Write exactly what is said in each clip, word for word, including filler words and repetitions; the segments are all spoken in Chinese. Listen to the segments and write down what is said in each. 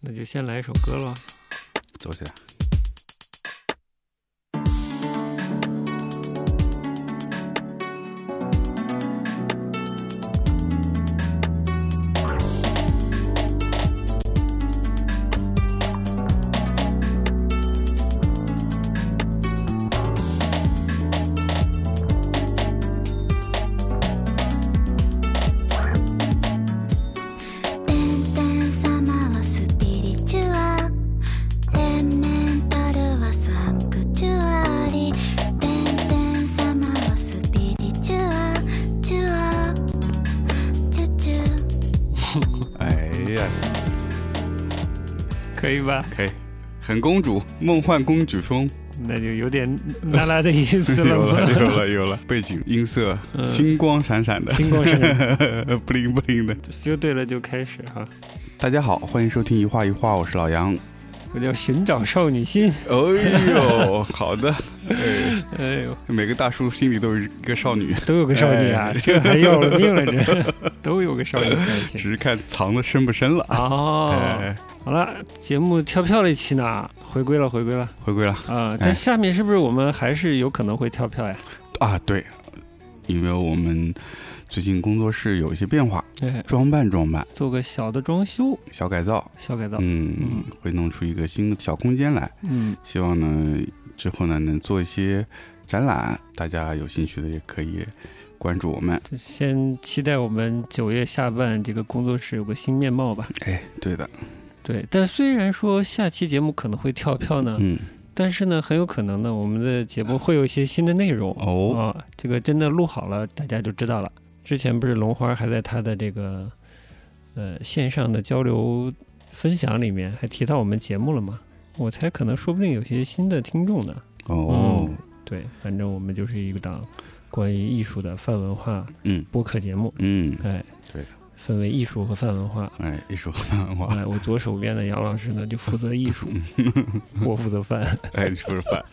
那就先来一首歌了， 走起来。 可以吧？ 可以，很公主，梦幻公主风， 那就有点那拉的意思了。 有了，有了，有了。背景音色，嗯、星光闪闪的， 星光闪闪， 不灵不灵的。 就对了，就开始哈。 大家好，欢迎收听一画一画，我是老杨。 我叫寻找少女心。 哎呦，好的。 哎, 哎呦， 每个大叔心里都有一个少女， 都有个少女啊，哎、这还要了命了，这都有个少女在一起， 只是看藏的深不深了。 哦。哎，好了，节目跳票了一期呢，回归了，回归了， 回归了啊！但下面是不是我们还是有可能会跳票呀？ 啊，对，因为我们最近工作室有一些变化， 哎， 装扮装扮， 做个小的装修， 小改造， 小改造， 嗯，嗯会弄出一个新的小空间来， 嗯， 希望呢之后呢能做一些展览，大家有兴趣的也可以关注我们。 先期待我们九月下半这个工作室有个新面貌吧。 哎，对的。 对，但虽然说下期节目可能会跳票呢， 嗯， 但是呢，很有可能呢，我们的节目会有一些新的内容哦。 啊，这个真的录好了，大家就知道了。之前不是龙花还在他的这个呃线上的交流分享里面还提到我们节目了吗？我猜可能说不定有些新的听众呢。 哦、 嗯，对，反正我们就是一个档关于艺术的泛文化嗯播客节目。 嗯， 哎， 对。 分为艺术和泛文化， 哎，艺术和泛文化。 哎，我左手边的杨老师呢就负责艺术，我负责泛。 哎，你负责泛，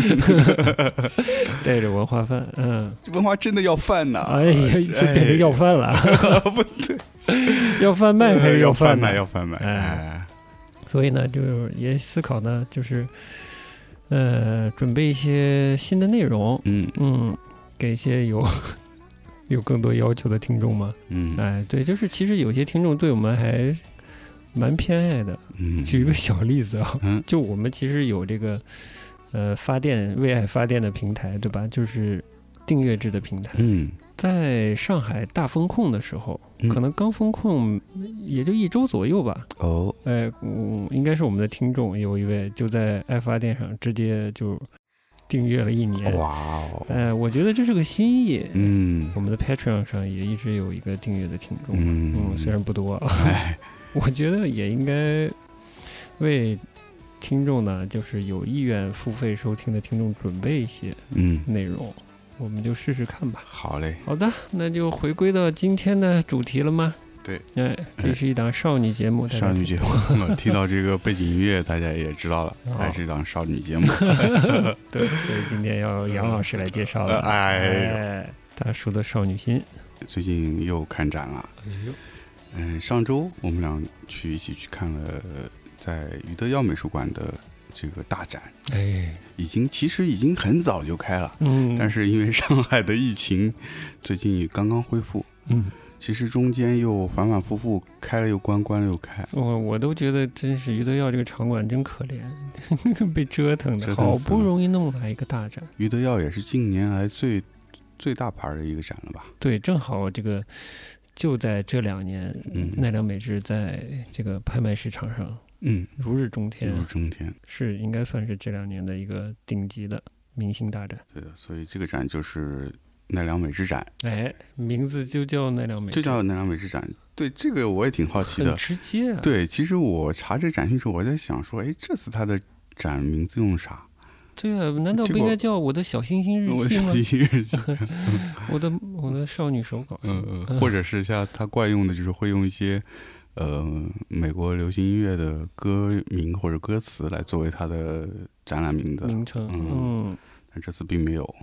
带着文化泛，嗯， 文化真的要泛呐！ 哎呀，就变成要饭了， 哎、不对， 要贩卖还是要贩卖？要贩卖， 哎，所以呢，就也思考呢，就是呃，准备一些新的内容， 嗯嗯，给一些有。有更多要求的听众吗？ 嗯， 哎，对，就是其实有些听众对我们还蛮偏爱的。 嗯， 举一个小例子啊， 嗯， 就我们其实有这个呃发电为爱发电的平台，对吧？就是订阅制的平台。 嗯， 在上海大封控的时候， 嗯、 可能刚封控也就一周左右吧。 哦， 哎，嗯，应该是我们的听众有一位就在爱发电上直接就。订阅了一年， 哇哦！ 哎、呃，我觉得这是个心意。 嗯， 我们的 Patreon 上也一直有一个订阅的听众， 嗯, 嗯，虽然不多， 哎、 我觉得也应该为听众呢，就是有意愿付费收听的听众准备一些嗯内容，嗯、我们就试试看吧。 好嘞， 好的，那就回归到今天的主题了吗？ 对， 哎，这是一档少女节目， 少女节目，听到这个背景音乐，大家也知道了，还是一档少女节目。 对，所以今天要杨老师来介绍了。 哎， 哎大叔的少女心， 最近又看展了。嗯、呃，上周我们俩去一起去看了在余德耀美术馆的这个大展。 哎， 已经其实已经很早就开了， 嗯， 但是因为上海的疫情，最近刚刚恢复， 嗯。 其实中间又反反复复开了又关，关了又开。 我我都觉得真是余德耀这个场馆真可怜，被折腾的，好不容易弄来一个大展。 余德耀也是近年来最最大牌的一个展了吧？ 对，正好这个就在这两年， 嗯， 奈良美智在这个拍卖市场上， 嗯， 如日中天， 如日中天， 是应该算是这两年的一个顶级的明星大展。 对的，所以这个展就是奈良美智展， 哎，名字就叫奈良美智， 就叫奈良美智展。对，这个我也挺好奇的， 很直接啊。 对，其实我查这展讯时候，我在想说，哎，这次他的展名字用啥？ 对啊，难道不应该叫我的小星星日记吗？ 我的小星星日记， 我的我的少女手稿， 嗯、呃，或者是像他惯用的，就是会用一些呃美国流行音乐的歌名或者歌词来作为他的展览名字名称， 嗯，但这次并没有。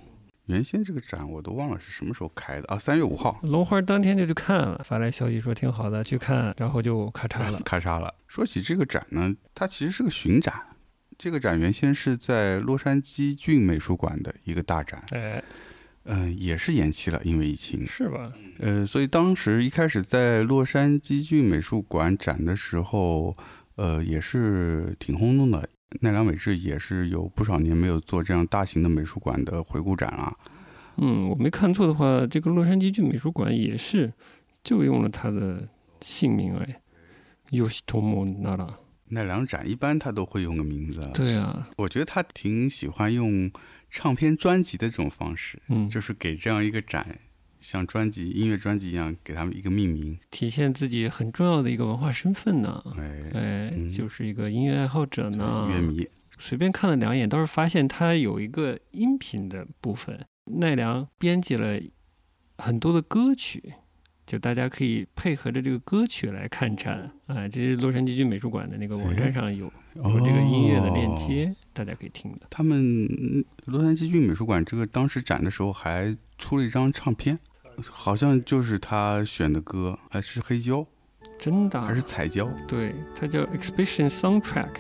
原先这个展我都忘了是什么时候开的啊，三月五号。 龙花当天就去看了，发来消息说挺好的，去看，然后就咔嚓了， 咔嚓了。说起这个展呢，它其实是个巡展。这个展原先是在洛杉矶郡美术馆的一个大展， 哎， 嗯、呃，也是延期了，因为疫情。 是吧？ 呃，所以当时一开始在洛杉矶郡美术馆展的时候，呃，也是挺轰动的。奈良美智也是有不少年没有做这样大型的美术馆的回顾展了。 嗯，我没看错的话，这个洛杉矶郡美术馆也是就用了他的姓名哎，Yoshitomo Nara。 奈良展一般他都会用个名字。 对啊， 我觉得他挺喜欢用唱片专辑的这种方式， 嗯， 就是给这样一个展，像专辑音乐专辑一样，给他们一个命名， 体现自己很重要的一个文化身份呢。 哎哎， 嗯、 就是一个音乐爱好者呢， 乐迷。 随便看了两眼，倒是发现他有一个音频的部分，奈良编辑了很多的歌曲，就大家可以配合着这个歌曲来看展啊。这是洛杉矶郡美术馆的那个网站上有、哎、有这个音乐的链接、哦，大家可以听的。 他们洛杉矶郡美术馆这个当时展的时候还出了一张唱片，好像就是他选的歌，还是黑胶， 真的还是彩胶？ 对，它叫 Exhibition Soundtrack。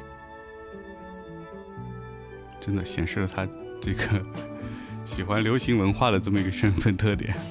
真的显示了他这个喜欢流行文化的这么一个身份特点。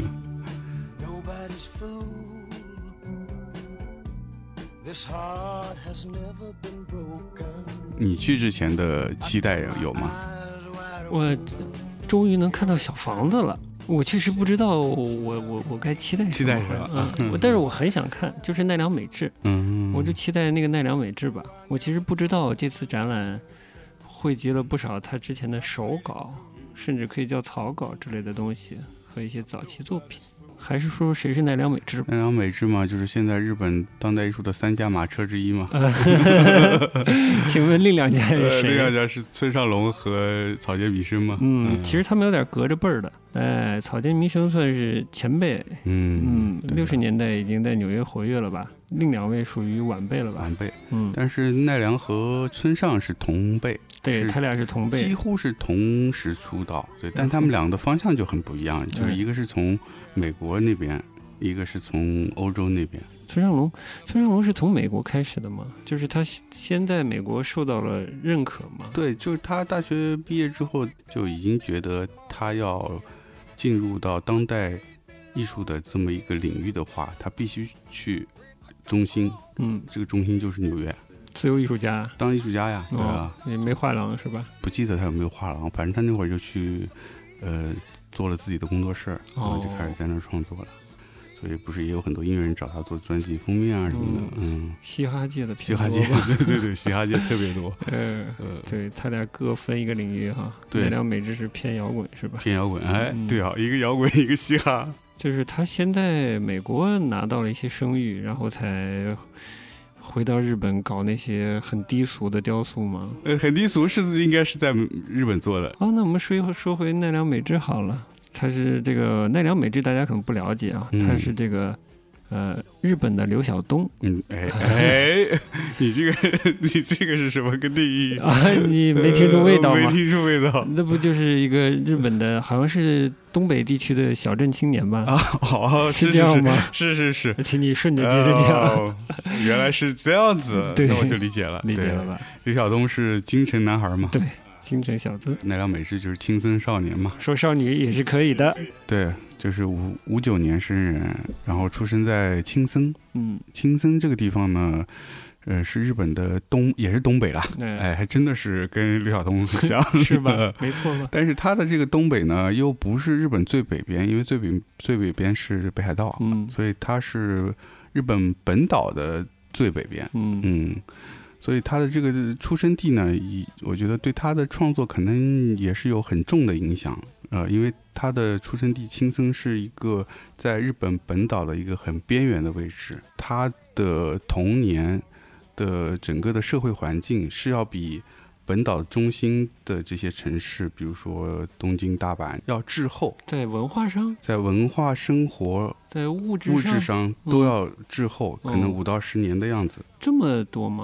你去之前的期待有吗？ 我终于能看到小房子了，我确实不知道我我我该期待什么， 期待什么？ 嗯，但是我很想看，就是奈良美智， 嗯， 我就期待那个奈良美智吧。我其实不知道这次展览汇集了不少他之前的手稿，甚至可以叫草稿之类的东西和一些早期作品。还是说谁是奈良美智？ 奈良美智嘛，就是现在日本当代艺术的三驾马车之一嘛。 请问另两家是谁？ 另两家是村上隆和草间弥生嘛。 嗯，嗯其实他们有点隔着辈儿的。哎，草间弥生算是前辈， 嗯嗯，六十年代已经在纽约活跃了吧？另两位属于晚辈了吧？ 晚辈， 嗯， 但是奈良和村上是同辈。 对他俩是同辈， 几乎是同时出道，对，但他们俩的方向就很不一样，嗯、就是一个是从美国那边，一个是从欧洲那边。 村上隆，村上隆是从美国开始的吗？就是他先在美国受到了认可吗？ 对，就是他大学毕业之后就已经觉得他要进入到当代艺术的这么一个领域的话，他必须去中心， 嗯， 这个中心就是纽约。 自由艺术家， 当艺术家呀，对啊， 也、哦、没画廊是吧？ 不记得他有没有画廊，反正他那会儿就去，呃，做了自己的工作室，然后就开始在那儿创作了。哦、所以不是也有很多音乐人找他做专辑封面啊什么的，嗯，嗯嘻哈界的， 嘻哈界，对对对，嘻哈界特别多。 呃，对他俩各分一个领域哈。 对， 奈良美智是偏摇滚是吧？ 偏摇滚，哎，嗯、对啊，一个摇滚，一个嘻哈。 就是他先在美国拿到了一些声誉，然后才回到日本搞那些很低俗的雕塑吗？ 呃，很低俗是应该是在日本做的。 哦，那我们说说回奈良美智好了。他是这个奈良美智，大家可能不了解啊，嗯、他是这个呃日本的刘晓东。 嗯，哎哎，你这个你这个是什么个定义啊？你没听出味道吗？ 呃、没听出味道。 那不就是一个日本的，好像是东北地区的小镇青年吧？ 啊，哦， 是这样吗？ 是是是。 请你顺着接着讲。 哦、原来是这样子， 对， 那我就理解了， 理解了吧？ 刘晓东是京城男孩嘛？ 对。京城小子， 奈良美智就是青森少年嘛， 说少女也是可以的。 对，就是五五九年生人，然后出生在青森。 嗯， 青森这个地方呢，呃，是日本的东，也是东北啦。 哎， 哎还真的是跟刘晓东很像， 是吧？没错吧？ 但是他的这个东北呢，又不是日本最北边，因为最北最北边是北海道， 嗯， 所以他是日本本岛的最北边。 嗯嗯。所以他的这个出生地呢，我觉得对他的创作可能也是有很重的影响。呃，因为他的出生地青森是一个在日本本岛的一个很边缘的位置，他的童年的整个的社会环境是要比本岛中心的这些城市，比如说东京、大阪要滞后， 在文化上， 在文化生活， 在物质上物质上都要滞后， 嗯、 可能五到十年的样子。 这么多吗？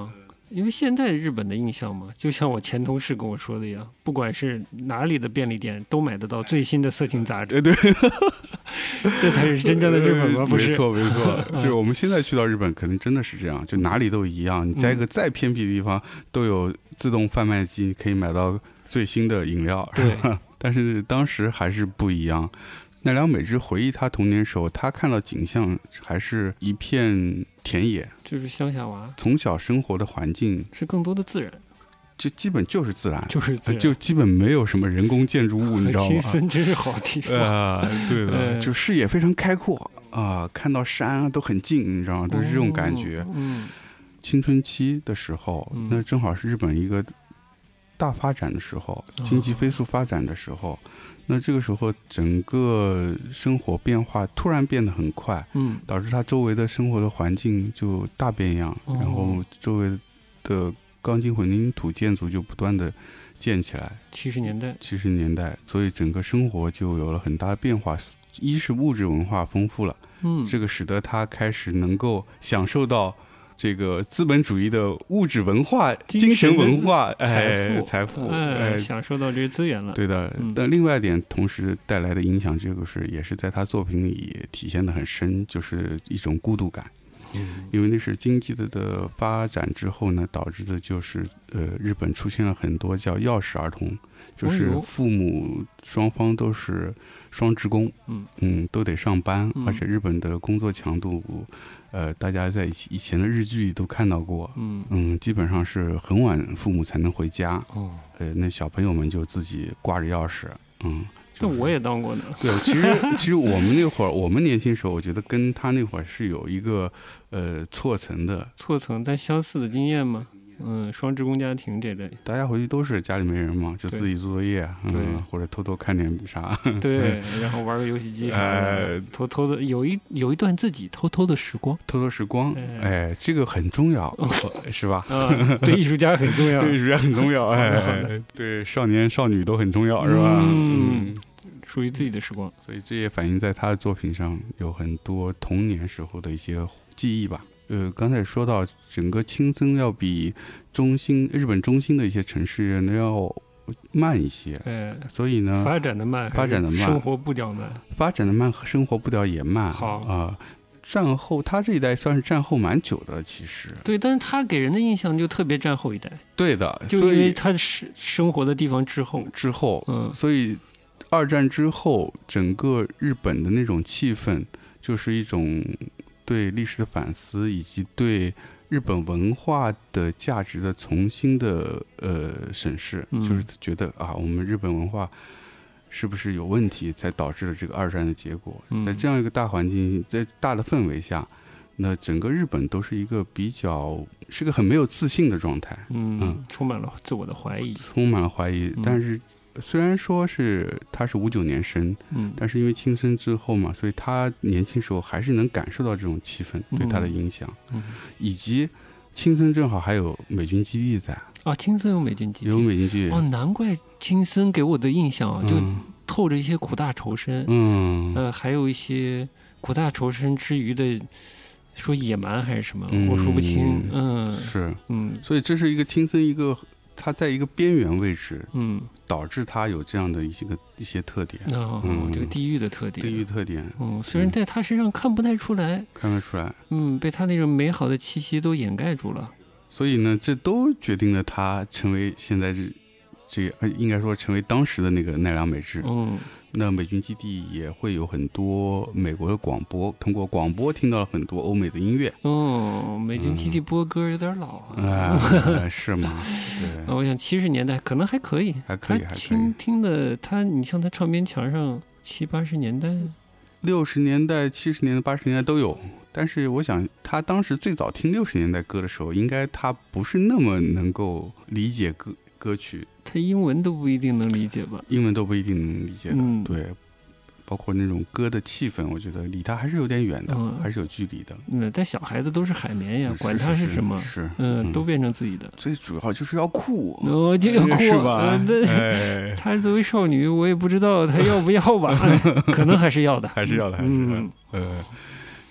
因为现在日本的印象嘛，就像我前同事跟我说的一样，不管是哪里的便利店都买得到最新的色情杂志。 对， 这才是真正的日本吗？不是， 没错没错。就我们现在去到日本，可能真的是这样，就哪里都一样。你在一个再偏僻的地方，都有自动贩卖机，可以买到最新的饮料。 对， 但是当时还是不一样。奈良美智回忆他童年时候，他看到景象还是一片田野， 就是乡下娃， 从小生活的环境是更多的自然， 就基本就是自然， 就是自然， 就基本没有什么人工建筑物，你知道吗？ 青森真是好地方啊、呃，对的，就视野非常开阔啊、呃，看到山都很近，你知道吗？都是这种感觉。 哦、嗯， 青春期的时候，那正好是日本一个大发展的时候，经济飞速发展的时候。哦，那这个时候，整个生活变化突然变得很快， 嗯， 导致他周围的生活的环境就大变样， 哦、 然后周围的钢筋混凝土建筑就不断的建起来。 七十年代， 七十年代，所以整个生活就有了很大的变化。一是物质文化丰富了， 嗯， 这个使得他开始能够享受到这个资本主义的物质文化、精神文化、 哎， 财富， 哎，享受到这些资源了。 对的， 嗯、 但另外一点，同时带来的影响，这个是也是在他作品里体现得很深，就是一种孤独感。 嗯， 因为那是经济的的发展之后呢，导致的就是呃，日本出现了很多叫钥匙儿童，就是父母双方都是双职工， 嗯嗯，都得上班， 嗯、 而且日本的工作强度。呃，大家在以前的日剧里都看到过， 嗯嗯，基本上是很晚父母才能回家， 哦， 呃，那小朋友们就自己挂着钥匙，嗯， 这、就是、我也当过呢。 对，其实其实我们那会儿，我们年轻时候，我觉得跟他那会儿是有一个呃错层的， 错层但相似的经验吗？嗯，双职工家庭这类， 大家回去都是家里没人嘛，就自己做作业，嗯，或者偷偷看点啥， 对，然后玩个游戏机啥的，呃、偷偷的有一有一段自己偷偷的时光， 偷偷时光，哎，哎这个很重要，哦、是吧？ 啊，对艺术家很重要， 对艺术家很重要，哎，对少年少女都很重要，是吧？ 嗯，属于自己的时光， 所以这也反映在他的作品上，有很多童年时候的一些记忆吧。呃，刚才说到整个青森要比中心日本中心的一些城市呢要慢一些， 对， 所以呢发展的慢， 发展的慢， 生活步调慢， 发展的慢和生活步调也慢。 好啊、呃，战后他这一代算是战后蛮久的了，其实对，但是他给人的印象就特别战后一代， 对的， 就因为他是生活的地方之后之后， 嗯， 所以二战之后整个日本的那种气氛就是一种对历史的反思，以及对日本文化的价值的重新的呃审视， 嗯、 就是觉得啊，我们日本文化是不是有问题，才导致了这个二战的结果。 嗯、 在这样一个大环境，在大的氛围下，那整个日本都是一个比较是个很没有自信的状态， 嗯，嗯充满了自我的怀疑， 充满了怀疑， 嗯、 但是。虽然说是他是五九年生， 嗯， 但是因为青森之后嘛，所以他年轻时候还是能感受到这种气氛对他的影响， 嗯， 以及青森正好还有美军基地在啊，青森有美军基地， 有美军基地哦，难怪青森给我的印象啊，就透着一些苦大仇深， 嗯， 呃，还有一些苦大仇深之余的。说野蛮还是什么， 嗯、 我说不清。嗯， 是， 嗯， 所以这是一个青森一个。它在一个边缘位置， 嗯， 导致它有这样的一些个一些特点， 哦，嗯、这个地域的特点， 地域特点， 嗯，虽然在他身上看不太出来， 看不出来， 嗯，被他那种美好的气息都掩盖住了， 所以呢，这都决定了他成为现在这这呃，应该说成为当时的那个奈良美智， 嗯。 那美军基地也会有很多美国的广播，通过广播听到了很多欧美的音乐。 哦，美军基地播歌有点老啊， 嗯呃、是吗？对， 我想七十年代可能还可以， 还可以，还可以。 听的他，你像他唱片墙上七八十年代、 六十年代、七十年代、八十年代都有。但是我想，他当时最早听六十年代歌的时候，应该他不是那么能够理解歌歌曲。 他英文都不一定能理解吧？ 英文都不一定能理解的， 嗯、 对，包括那种歌的气氛，我觉得离他还是有点远的， 嗯、 还是有距离的。 嗯，但小孩子都是海绵呀，管他是什么， 是，是嗯， 嗯， 都变成自己的。 最主要就是要酷， 哦，这个酷是吧？ 呃、 哎， 她作为少女，我也不知道她要不要吧，可能还是要的， 还是要的，还是要的。 嗯， 呃，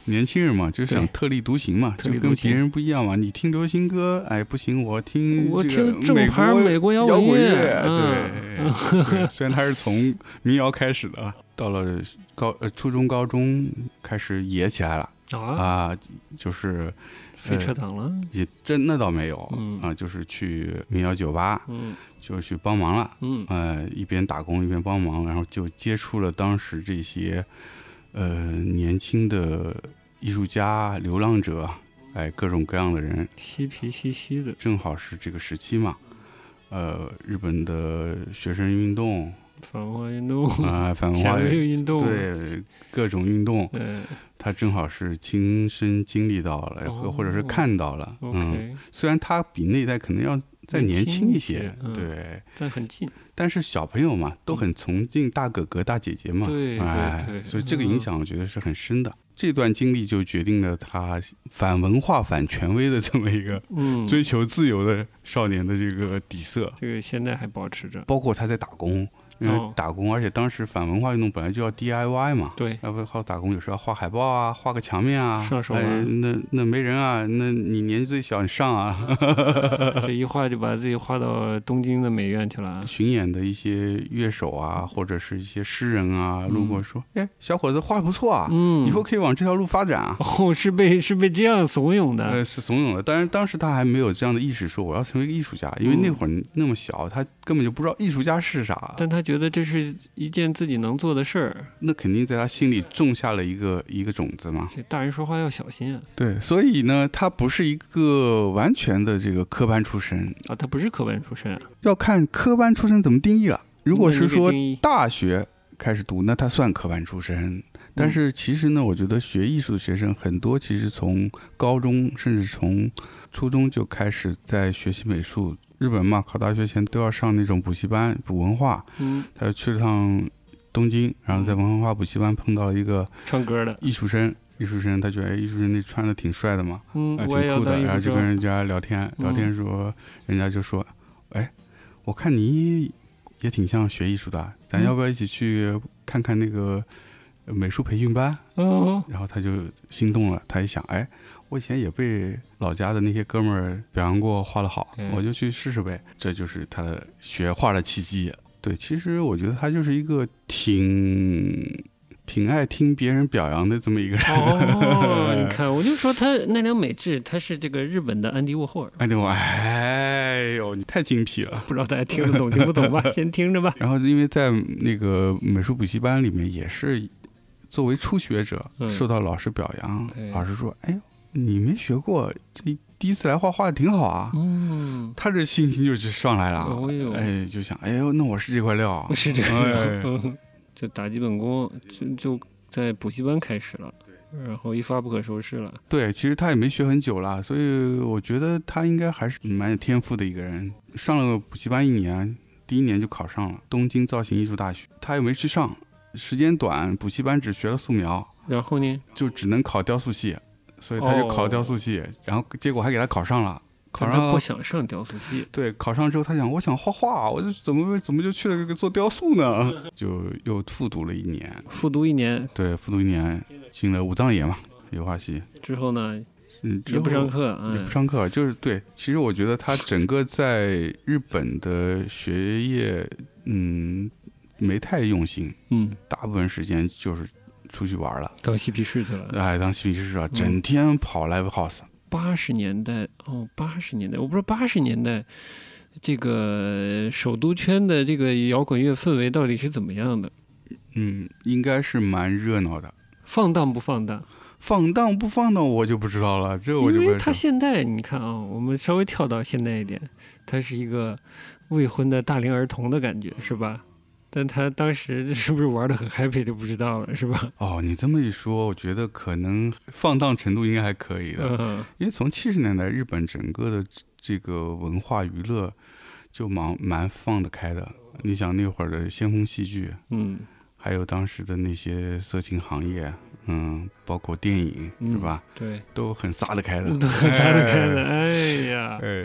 年轻人嘛，就是想特立独行嘛，就跟别人不一样嘛。你听流行歌，哎不行，我听我这个听正牌美国摇滚乐， 对、嗯、对。虽然他是从民谣开始的，到了高呃初中高中开始野起来了啊、啊，就是飞车党了，呃、 也真那倒没有、 嗯、 啊，就是去民谣酒吧， 嗯， 就去帮忙了， 嗯， 呃，一边打工一边帮忙，然后就接触了当时这些。呃，年轻的艺术家、流浪者，哎，各种各样的人， 嬉皮嬉戏的， 正好是这个时期嘛。呃，日本的学生运动、 反文化运动啊、呃，反文化运动， 对，各种运动， 嗯， 他正好是亲身经历到了， 哦、 或者是看到了。 嗯， okay. 虽然他比那一代可能要再年轻一些， 嗯、 对， 但很近。 但是小朋友嘛，都很崇敬大哥哥、大姐姐嘛， 对哎、 对对， 所以这个影响我觉得是很深的。嗯、这段经历就决定了他反文化、反权威的这么一个追求自由的少年的这个底色。 嗯、这个现在还保持着。 包括他在打工，因为打工，哦、而且当时反文化运动本来就要 D I Y 嘛， 对， 要不好打工，有时候要画海报啊，画个墙面啊， 上手啊， 哎、那那没人啊，那你年纪最小，你上啊， 这一画就把自己画到东京的美院去了。 巡演的一些乐手啊，或者是一些诗人啊，路过说：“哎、嗯，小伙子画得不错啊，嗯，以后可以往这条路发展啊。” 哦，是被是被这样怂恿的， 呃，是怂恿的。当然，当时他还没有这样的意识，说我要成为一个艺术家，因为那会儿那么小，他根本就不知道艺术家是啥。 但他觉得这是一件自己能做的事儿， 那肯定在他心里种下了一个一个种子嘛。 这大人说话要小心啊。 对，所以呢，他不是一个完全的这个科班出身啊，他不是科班出身啊， 要看科班出身怎么定义了。如果是说大学开始读，那他算科班出身。但是其实呢，我觉得学艺术的学生很多，其实从高中甚至从初中就开始在学习美术。日本嘛，考大学前都要上那种补习班补文化。 嗯， 他就去了趟东京，然后在文化补习班碰到了一个唱歌的艺术生。艺术生他觉得哎，艺术生那穿的挺帅的嘛， 嗯， 挺酷的，然后就跟人家聊天，聊天说，人家就说，哎，我看你也挺像学艺术的，咱要不要一起去看看那个美术培训班？ 嗯， 然后他就心动了，他一想，哎，我以前也被老家的那些哥们儿表扬过画得好， 嗯， 我就去试试呗。这就是他的学画的契机。对，其实我觉得他就是一个挺挺爱听别人表扬的这么一个人。 哦，你看，我就说他奈良美智，他是这个日本的安迪沃霍尔。 安迪沃，哎呦，你太精辟了， 不知道大家听得懂听不懂吧？先听着吧。 然后因为在那个美术补习班里面，也是作为初学者受到老师表扬，嗯、老师说：“哎呦，你没学过，这第一次来画画的挺好啊。” 嗯， 他这心情就上来了， 哦、 哎，就想，哎呦，那我是这块料， 是这块料。哎就打基本功，就就在补习班开始了，然后一发不可收拾了。 对，其实他也没学很久了，所以我觉得他应该还是蛮有天赋的一个人。上了补习班一年，第一年就考上了东京造型艺术大学，他又没去上，时间短，补习班只学了素描， 然后呢， 就只能考雕塑系，所以他就考雕塑系，哦、然后结果还给他考上了。考上他不想上雕塑系， 对，考上之后他想，我想画画，我就怎么怎么就去了做雕塑呢？就又复读了一年， 复读一年， 对，复读一年，进了武藏野嘛，油画系。 之后呢， 嗯， 也不上课， 也不上课，就是对。其实我觉得他整个在日本的学业，嗯，没太用心， 嗯， 大部分时间就是出去玩了， 当嬉皮士去了， 哎，当嬉皮士啊，整天跑 live house。 八十年代哦，八十年代，我不知道八十年代这个首都圈的这个摇滚乐氛围到底是怎么样的？ 嗯，应该是蛮热闹的。 放荡不放荡？ 放荡不放荡我就不知道了，这我就不知道。 因为他现在你看啊，我们稍微跳到现代一点，他是一个未婚的大龄儿童的感觉，是吧？但他当时是不是玩得很 happy 就不知道了，是吧？ 哦，你这么一说，我觉得可能放荡程度应该还可以的， 嗯、 因为从七十年代日本整个的这个文化娱乐就蛮蛮放得开的。你想那会儿的先锋戏剧， 嗯， 还有当时的那些色情行业，嗯，包括电影， 嗯、 是吧？ 对， 都很撒得开的， 都很撒得开的。哎呀， 哎。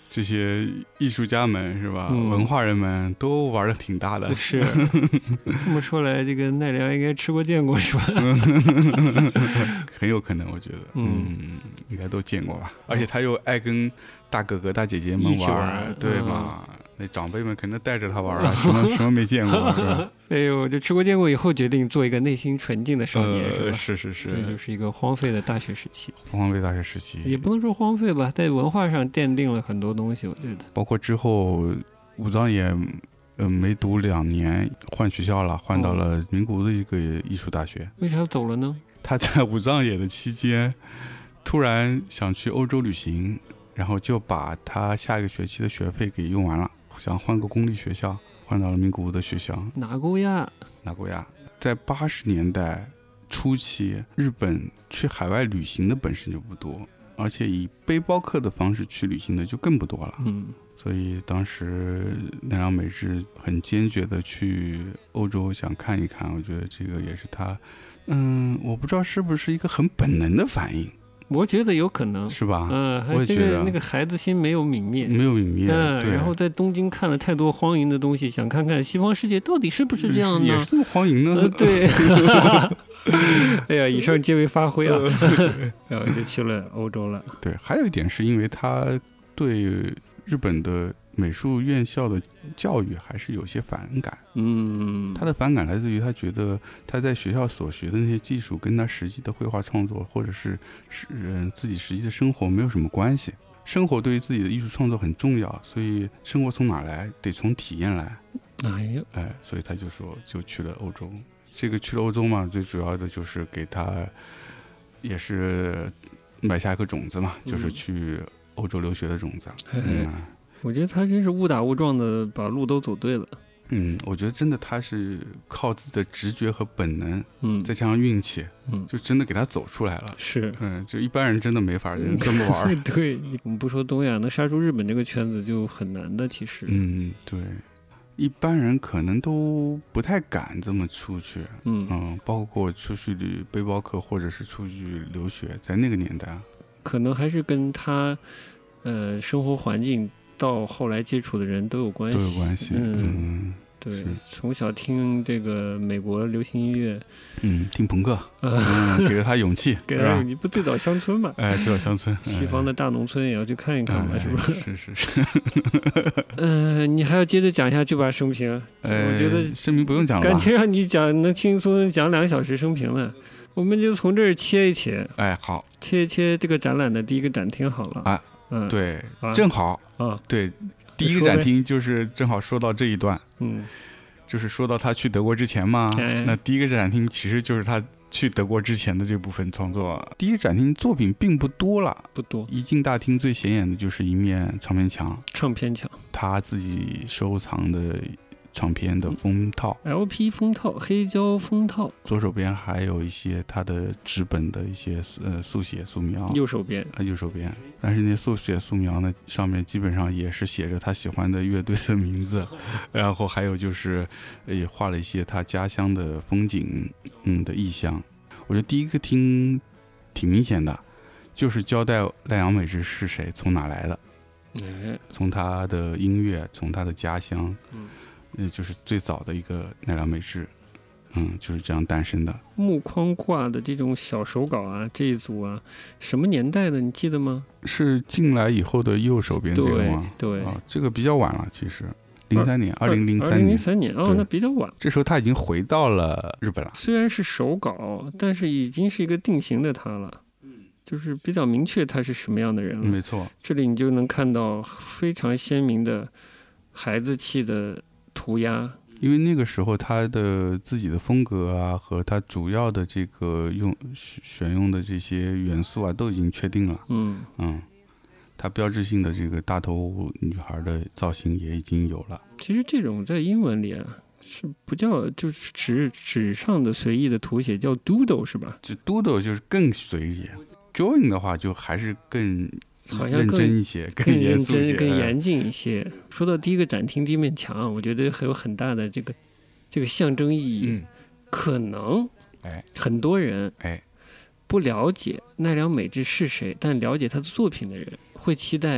这些艺术家们是吧、 嗯、 文化人们都玩的挺大的。 是这么说来，这个奈良应该吃过见过是吧？ 很有可能，我觉得 嗯, 嗯应该都见过吧。而且他又爱跟大哥哥大姐姐们玩， 玩对嘛、嗯？那长辈们肯定带着他玩啊，什么什么没见过是吧？ 哎呦，就吃过见过以后，决定做一个内心纯净的少年、呃、是吧？ 是是是， 那就是一个荒废的大学时期。 荒废大学时期也不能说荒废吧，在文化上奠定了很多东西，我觉得。 包括之后武藏野呃没读两年，换学校了，换到了名古屋的一个艺术大学。 为啥走了呢？ 他在武藏野的期间，突然想去欧洲旅行，然后就把他下一个学期的学费给用完了，想换个公立学校，换到了名古屋的学校。 哪沟呀？ 哪沟呀？在八十年代初期，日本去海外旅行的本身就不多，而且以背包客的方式去旅行的就更不多了。 嗯， 所以当时奈良美智很坚决的去欧洲想看一看，我觉得这个也是他，嗯，我不知道是不是一个很本能的反应。 我觉得有可能是吧？ 嗯， 我也觉得、 这个、那个孩子心没有泯灭， 没有泯灭。 嗯， 对。 然后在东京看了太多荒淫的东西，想看看西方世界到底是不是这样呢？ 也是这么荒淫呢？ 呃、对。哎呀，以上皆为发挥啊。然后就去了欧洲了。 对，还有一点是因为他对日本的美术院校的教育还是有些反感。 嗯， 他的反感来自于他觉得他在学校所学的那些技术跟他实际的绘画创作或者是是、呃、自己实际的生活没有什么关系。生活对于自己的艺术创作很重要，所以生活从哪来得从体验来。 哎呀， 哎，所以他就说就去了欧洲。这个去了欧洲嘛，最主要的就是给他也是埋下一个种子嘛，嗯、就是去欧洲留学的种子。嗯， 我觉得他真是误打误撞的把路都走对了。 嗯，我觉得真的他是靠自己的直觉和本能， 嗯， 再加上运气， 嗯， 就真的给他走出来了。 是， 嗯，就一般人真的没法这么玩。 对，我们不说东亚，能杀出日本这个圈子就很难的，其实。 嗯，对。一般人可能都不太敢这么出去， 嗯嗯，包括出去旅背包客或者是出去留学，在那个年代， 可能还是跟他，呃，生活环境到后来接触的人都有关系， 都有关系，嗯。 嗯对，从小听这个美国流行音乐， 嗯，听朋克，嗯，给了他勇气， 给了你不最早乡村嘛？ 哎，最早乡村， 西方的大农村也要去看一看嘛， 哎、 是不是？ 是是是。 嗯、呃，你还要接着讲一下去吧生平？ 哎、 我觉得生平不用讲了吧， 感觉让你讲能轻松讲两个小时生平了。我们就从这儿切一切， 哎，好， 切一切这个展览的第一个展厅好了。 啊， 嗯， 对， 啊、 正好啊， 对。第一个展厅就是正好说到这一段， 嗯， 就是说到他去德国之前嘛， 哎、 那第一个展厅其实就是他去德国之前的这部分创作。第一个展厅作品并不多了， 不多。 一进大厅最显眼的就是一面唱片墙， 唱片墙， 他自己收藏的唱片的封套 ，L P 封套，黑胶封套。 左手边还有一些他的纸本的一些呃速写素描， 右手边啊右手边，但是那速写素描呢，上面基本上也是写着他喜欢的乐队的名字，然后还有就是也画了一些他家乡的风景，嗯的意象。我觉得第一个厅挺明显的，就是交代奈良美智是谁，从哪来的， 哎， 从他的音乐，从他的家乡， 嗯。 那就是最早的一个奈良美智，嗯，就是这样诞生的。 木框挂的这种小手稿啊，这一组啊，什么年代的？你记得吗？ 是进来以后的右手边这个吗？ 对，对啊，这个比较晚了，其实零三年，二零零三年， 二零零三年哦，那比较晚。 这时候他已经回到了日本了。 虽然是手稿，但是已经是一个定型的他了。就是比较明确他是什么样的人了。 没错， 这里你就能看到非常鲜明的孩子气的涂鸦， 因为那个时候他的自己的风格啊，和他主要的这个用选用的这些元素啊，都已经确定了。 嗯嗯，他标志性的这个大头女孩的造型也已经有了。 其实这种在英文里啊，是不叫就是纸纸上的随意的涂写，叫 doodle 是吧？ 这 doodle 就是更随意 ，drawing 的话就还是更。 好像认真一些， 更严肃一些，更严谨一些。说到第一个展厅第一面墙，我觉得还有很大的这个这个象征意义。 嗯， 可能哎， 很多人哎不了解奈良美智是谁，但了解他的作品的人会期待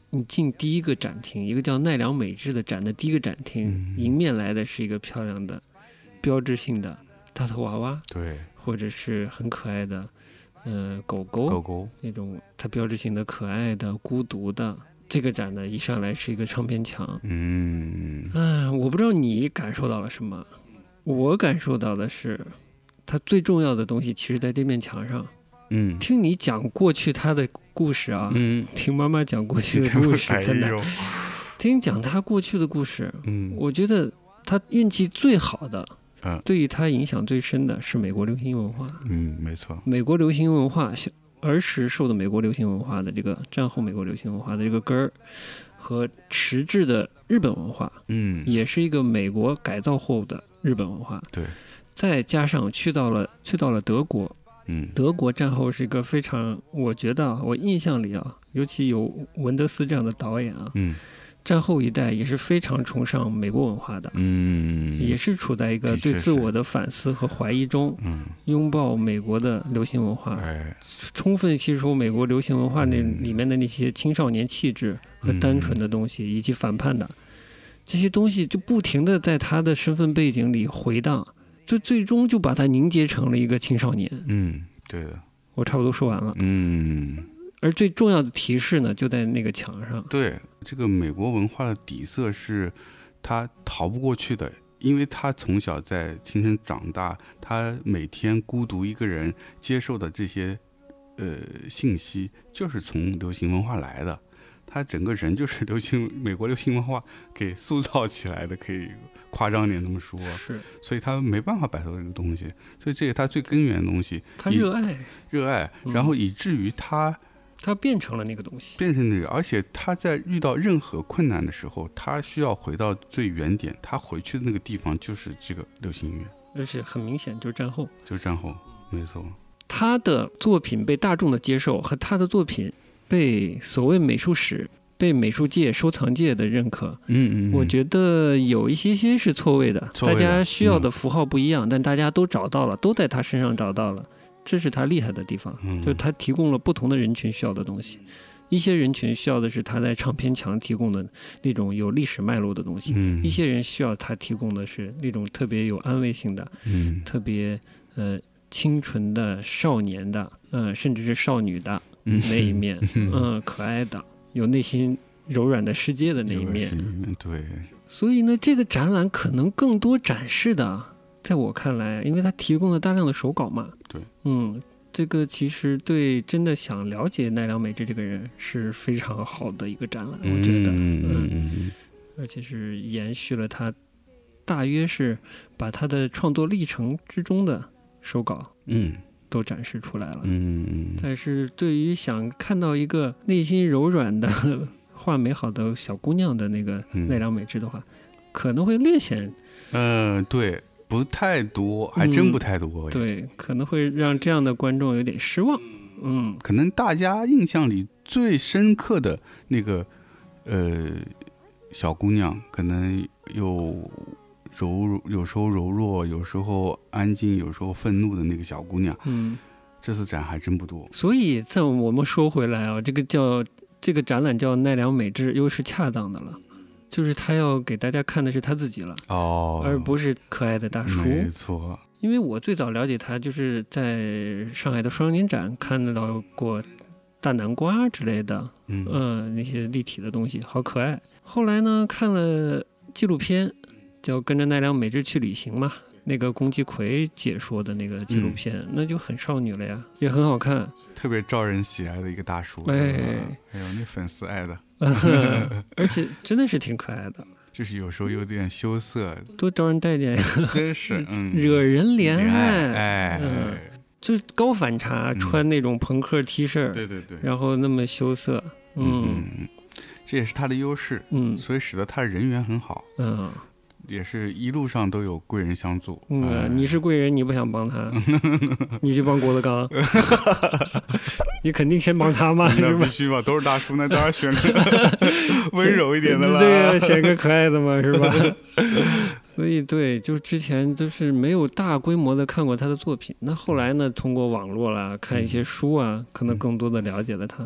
你进第一个展厅，一个叫奈良美智的展的第一个展厅， 嗯迎面来的是一个漂亮的标志性的大头娃娃， 对， 或者是很可爱的呃狗狗狗狗， 那种它标志性的可爱的孤独的。这个展呢一上来是一个唱片墙， 嗯嗯，我不知道你感受到了什么，我感受到的是它最重要的东西其实在这面墙上。 嗯听你讲过去他的故事啊， 嗯， 听妈妈讲过去的故事，真的， 哎呦听讲他过去的故事， 嗯我觉得他运气最好的， 嗯对于他影响最深的是美国流行文化。 嗯，没错， 美国流行文化，儿时受的美国流行文化的这个战后美国流行文化的这个根儿，和迟滞的日本文化， 嗯， 也是一个美国改造后的日本文化。 对， 再加上去到了去到了德国。 嗯德国战后是一个非常，我觉得啊，我印象里啊，尤其有文德斯这样的导演啊， 嗯战后一代也是非常崇尚美国文化的， 嗯， 也是处在一个对自我的反思和怀疑中， 嗯， 拥抱美国的流行文化， 哎， 充分吸收美国流行文化那里面的那些青少年气质和单纯的东西，以及反叛的这些东西，就不停的在他的身份背景里回荡。就最终就把它凝结成了一个青少年。 嗯，对的， 我差不多说完了。 嗯， 而最重要的提示呢，就在那个墙上。 对，这个美国文化的底色是他逃不过去的，因为他从小在青春长大，他每天孤独一个人接受的这些呃信息，就是从流行文化来的。他整个人就是流行美国流行文化给塑造起来的，可以夸张点这么说。 是， 所以他没办法摆脱这个东西，所以这是他最根源的东西。 他热爱， 热爱，然后以至于他， 他变成了那个东西， 变成那个，而且他在遇到任何困难的时候，他需要回到最原点，他回去的那个地方就是这个流行音乐， 而且很明显就是战后， 就是战后，没错。 他的作品被大众的接受和他的作品被所谓美术史、被美术界、收藏界的认可， 嗯 嗯, 嗯， 我觉得有一些些是错位的， 错位的大家需要的符号不一样，嗯，但大家都找到了，都在他身上找到了，这是他厉害的地方， 嗯， 就是他提供了不同的人群需要的东西。一些人群需要的是他在唱片墙提供的那种有历史脉络的东西， 嗯， 一些人需要他提供的是那种特别有安慰性的， 嗯， 特别呃清纯的少年的，呃甚至是少女的那一面，嗯、呃，可爱的，有内心柔软的世界的那一面。 对。 所以呢，这个展览可能更多展示的，在我看来，因为它提供了大量的手稿嘛， 对， 嗯，这个其实对真的想了解奈良美智这个人是非常好的一个展览，我觉得， 嗯嗯嗯， 而且是延续了他，大约是把他的创作历程之中的手稿， 嗯， 都展示出来了， 嗯， 但是对于想看到一个内心柔软的画美好的小姑娘的那个奈良美智的话，嗯，可能会略显， 呃，对，不太多，还真不太多， 嗯，对，可能会让这样的观众有点失望。嗯， 可能大家印象里最深刻的那个呃小姑娘，可能有柔，有时候柔弱，有时候安静，有时候愤怒的那个小姑娘， 嗯， 这次展还真不多。 所以在我们说回来啊，这个叫这个展览叫奈良美智，又是恰当的了。就是他要给大家看的是他自己了， 哦， 而不是可爱的大叔。 没错， 因为我最早了解他就是在上海的双年展看到过大南瓜之类的，嗯、呃，那些立体的东西，好可爱。后来呢，看了纪录片，叫《跟着奈良美智去旅行》嘛，那个宫崎葵解说的那个纪录片，嗯、那就很少女了呀，也很好看， 特别招人喜爱的一个大叔。 哎， 还有那粉丝爱的。 而且真的是挺可爱的， 就是有时候有点羞涩， 多招人待见呀！ 真是，嗯， 惹人怜爱， 哎， 嗯，就是高反差，嗯，穿那种朋克 T 恤， 对对对， 然后那么羞涩，嗯， 嗯，这也是他的优势， 嗯， 所以使得他人缘很好， 嗯， 也是一路上都有贵人相助。 嗯，呃、你是贵人，你不想帮他，你去帮郭德纲。你肯定先帮他嘛， 那必须嘛，都是大叔，那当然选个温柔一点的啦。 对呀，啊，选个可爱的嘛，是吧？所以对，就之前就是没有大规模的看过他的作品，那后来呢，通过网络啦，看一些书啊，嗯，可能更多的了解了他。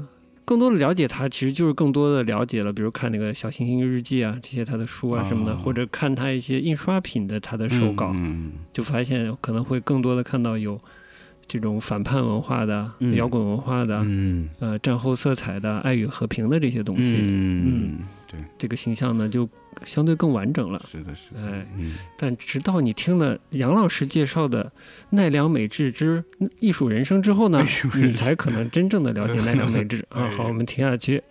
更多的了解他，其实就是更多的了解了，比如看那个小行星日记啊，这些他的书啊什么的，哦、或者看他一些印刷品的他的手稿， 嗯、 就发现可能会更多的看到有这种反叛文化的、嗯、摇滚文化的、嗯、呃战后色彩的、爱与和平的这些东西。 嗯，嗯对， 这个形象呢就相对更完整了。 是的，是的。 哎， 嗯、 但直到你听了杨老师介绍的奈良美智之艺术人生之后呢，你才可能真正的了解奈良美智啊。好，我们听下去。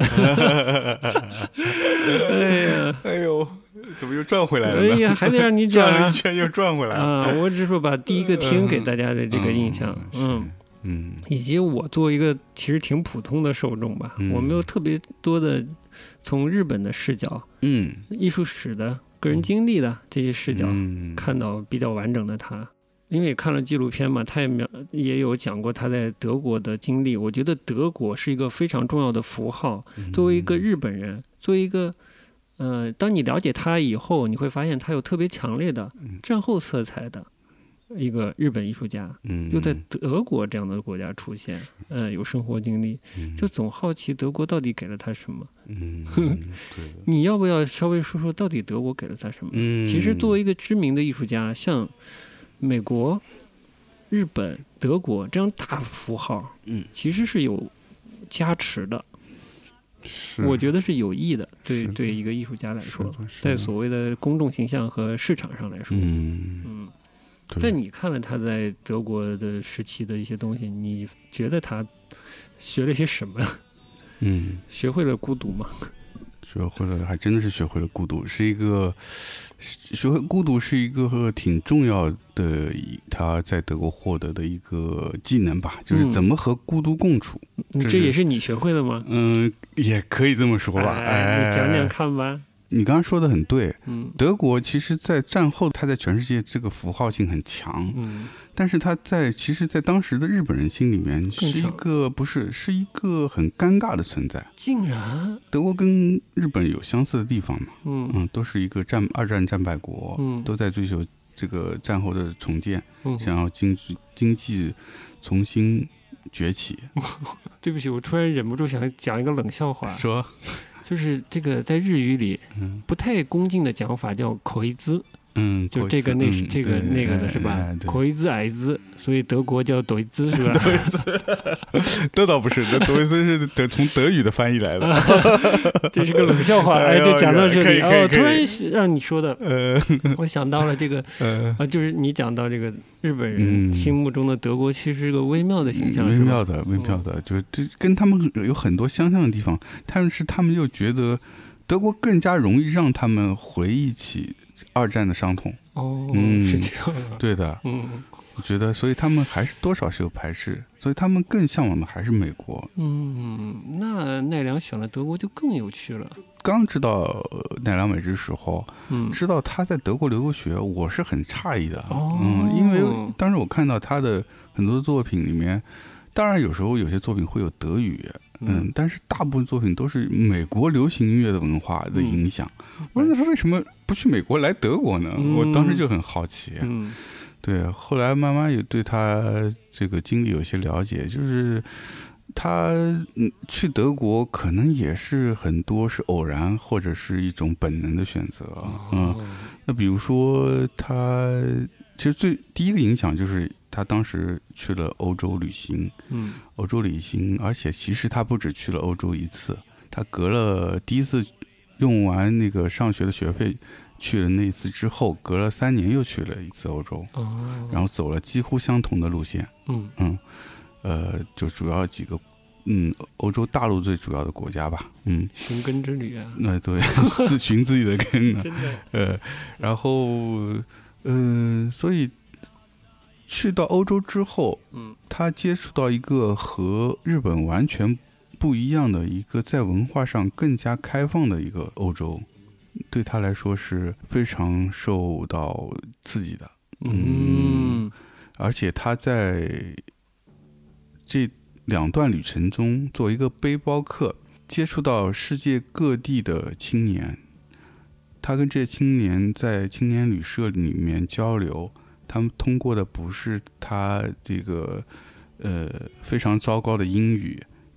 哎呀， 哎呦，怎么又转回来了呢？ 哎呀，还得让你讲、啊， 转了一圈又转回来了啊！我只是说把第一个听给大家的这个印象，嗯。嗯嗯， 以及我作为一个其实挺普通的受众吧，嗯、我没有特别多的从日本的视角， 嗯， 艺术史的、个人经历的这些视角、 嗯、 看到比较完整的他。因为看了纪录片嘛，他也描也有讲过他在德国的经历。我觉得德国是一个非常重要的符号。作为一个日本人，作为一个呃，当你了解他以后，你会发现他有特别强烈的战后色彩的。一个日本艺术家， 嗯， 就在德国这样的国家出现，嗯、呃，有生活经历，就总好奇德国到底给了他什么。 嗯， 你要不要稍微说说到底德国给了他什么？ 嗯， 其实作为一个知名的艺术家，像美国、日本、德国这样大符号， 嗯， 其实是有加持的。 是， 我觉得是有益的，对的对一个艺术家来说，在所谓的公众形象和市场上来说， 嗯嗯。在你看了他在德国的时期的一些东西，你觉得他学了些什么？ 嗯， 学会了孤独吗？ 学会了，还真的是学会了孤独，是一个学会孤独是一个挺重要的，他在德国获得的一个技能吧，就是怎么和孤独共处。 嗯、这, 这也是你学会的吗？ 嗯，也可以这么说吧。 哎，你讲讲看吧。 你刚刚说的很对， 嗯， 德国其实在战后它在全世界这个符号性很强， 嗯， 但是它在其实在当时的日本人心里面是一个不是是一个很尴尬的存在。 竟然德国跟日本有相似的地方嘛， 嗯嗯，都是一个战二战战败国， 嗯， 都在追求这个战后的重建， 嗯， 想要经济经济重新崛起。 对不起，我突然忍不住想讲一个冷笑话， 说。 就是这个在日语里不太恭敬的讲法叫口一兹， 嗯， 就这个那、嗯、这个那个的是吧？口一兹矮兹，所以德国叫抖一兹是吧？ 抖一兹，这倒不是，这抖一兹是德从德语的翻译来的， 这是个冷笑话，哎，就讲到这里。 哦， 突然让你说的， 呃， 我想到了这个， 呃， 啊，就是你讲到这个日本人心目中的德国，其实是个微妙的形象， 嗯、微妙的，微妙的，就是这跟他们有很多相像的地方，但是他们又觉得德国更加容易让他们回忆起二战的伤痛。 哦， 嗯， 是这样啊。 对的， 嗯， 我觉得，所以他们还是多少是有排斥，所以他们更向往的还是美国。 嗯，那奈良选了德国就更有趣了。 刚知道奈良美智时候， 嗯， 知道他在德国留过学，我是很诧异的。 哦， 嗯，因为当时我看到他的很多作品里面，当然有时候有些作品会有德语，嗯，嗯但是大部分作品都是美国流行音乐的文化的影响。嗯、我说他为什么不去美国来德国呢？嗯、我当时就很好奇。 嗯， 对，后来慢慢也对他这个经历有些了解，就是他去德国可能也是很多是偶然或者是一种本能的选择。嗯，那比如说他其实最第一个影响就是他当时去了欧洲旅行， 嗯， 欧洲旅行，而且其实他不止去了欧洲一次，他隔了第一次用完那个上学的学费去了那一次之后，隔了三年又去了一次欧洲， 哦， 然后走了几乎相同的路线， 嗯嗯，呃，就主要几个，嗯，欧洲大陆最主要的国家吧，嗯， 寻根之旅啊， 那、呃、对，自寻自己的根啊， 真的， 呃，然后，嗯、呃，所以去到欧洲之后， 嗯， 他接触到一个和日本完全不一样的一个在文化上更加开放的一个欧洲。对他来说是非常受到刺激的， 嗯， 嗯，而且他在这两段旅程中，作为一个背包客，接触到世界各地的青年，他跟这些青年在青年旅社里面交流，他们通过的不是他这个呃非常糟糕的英语，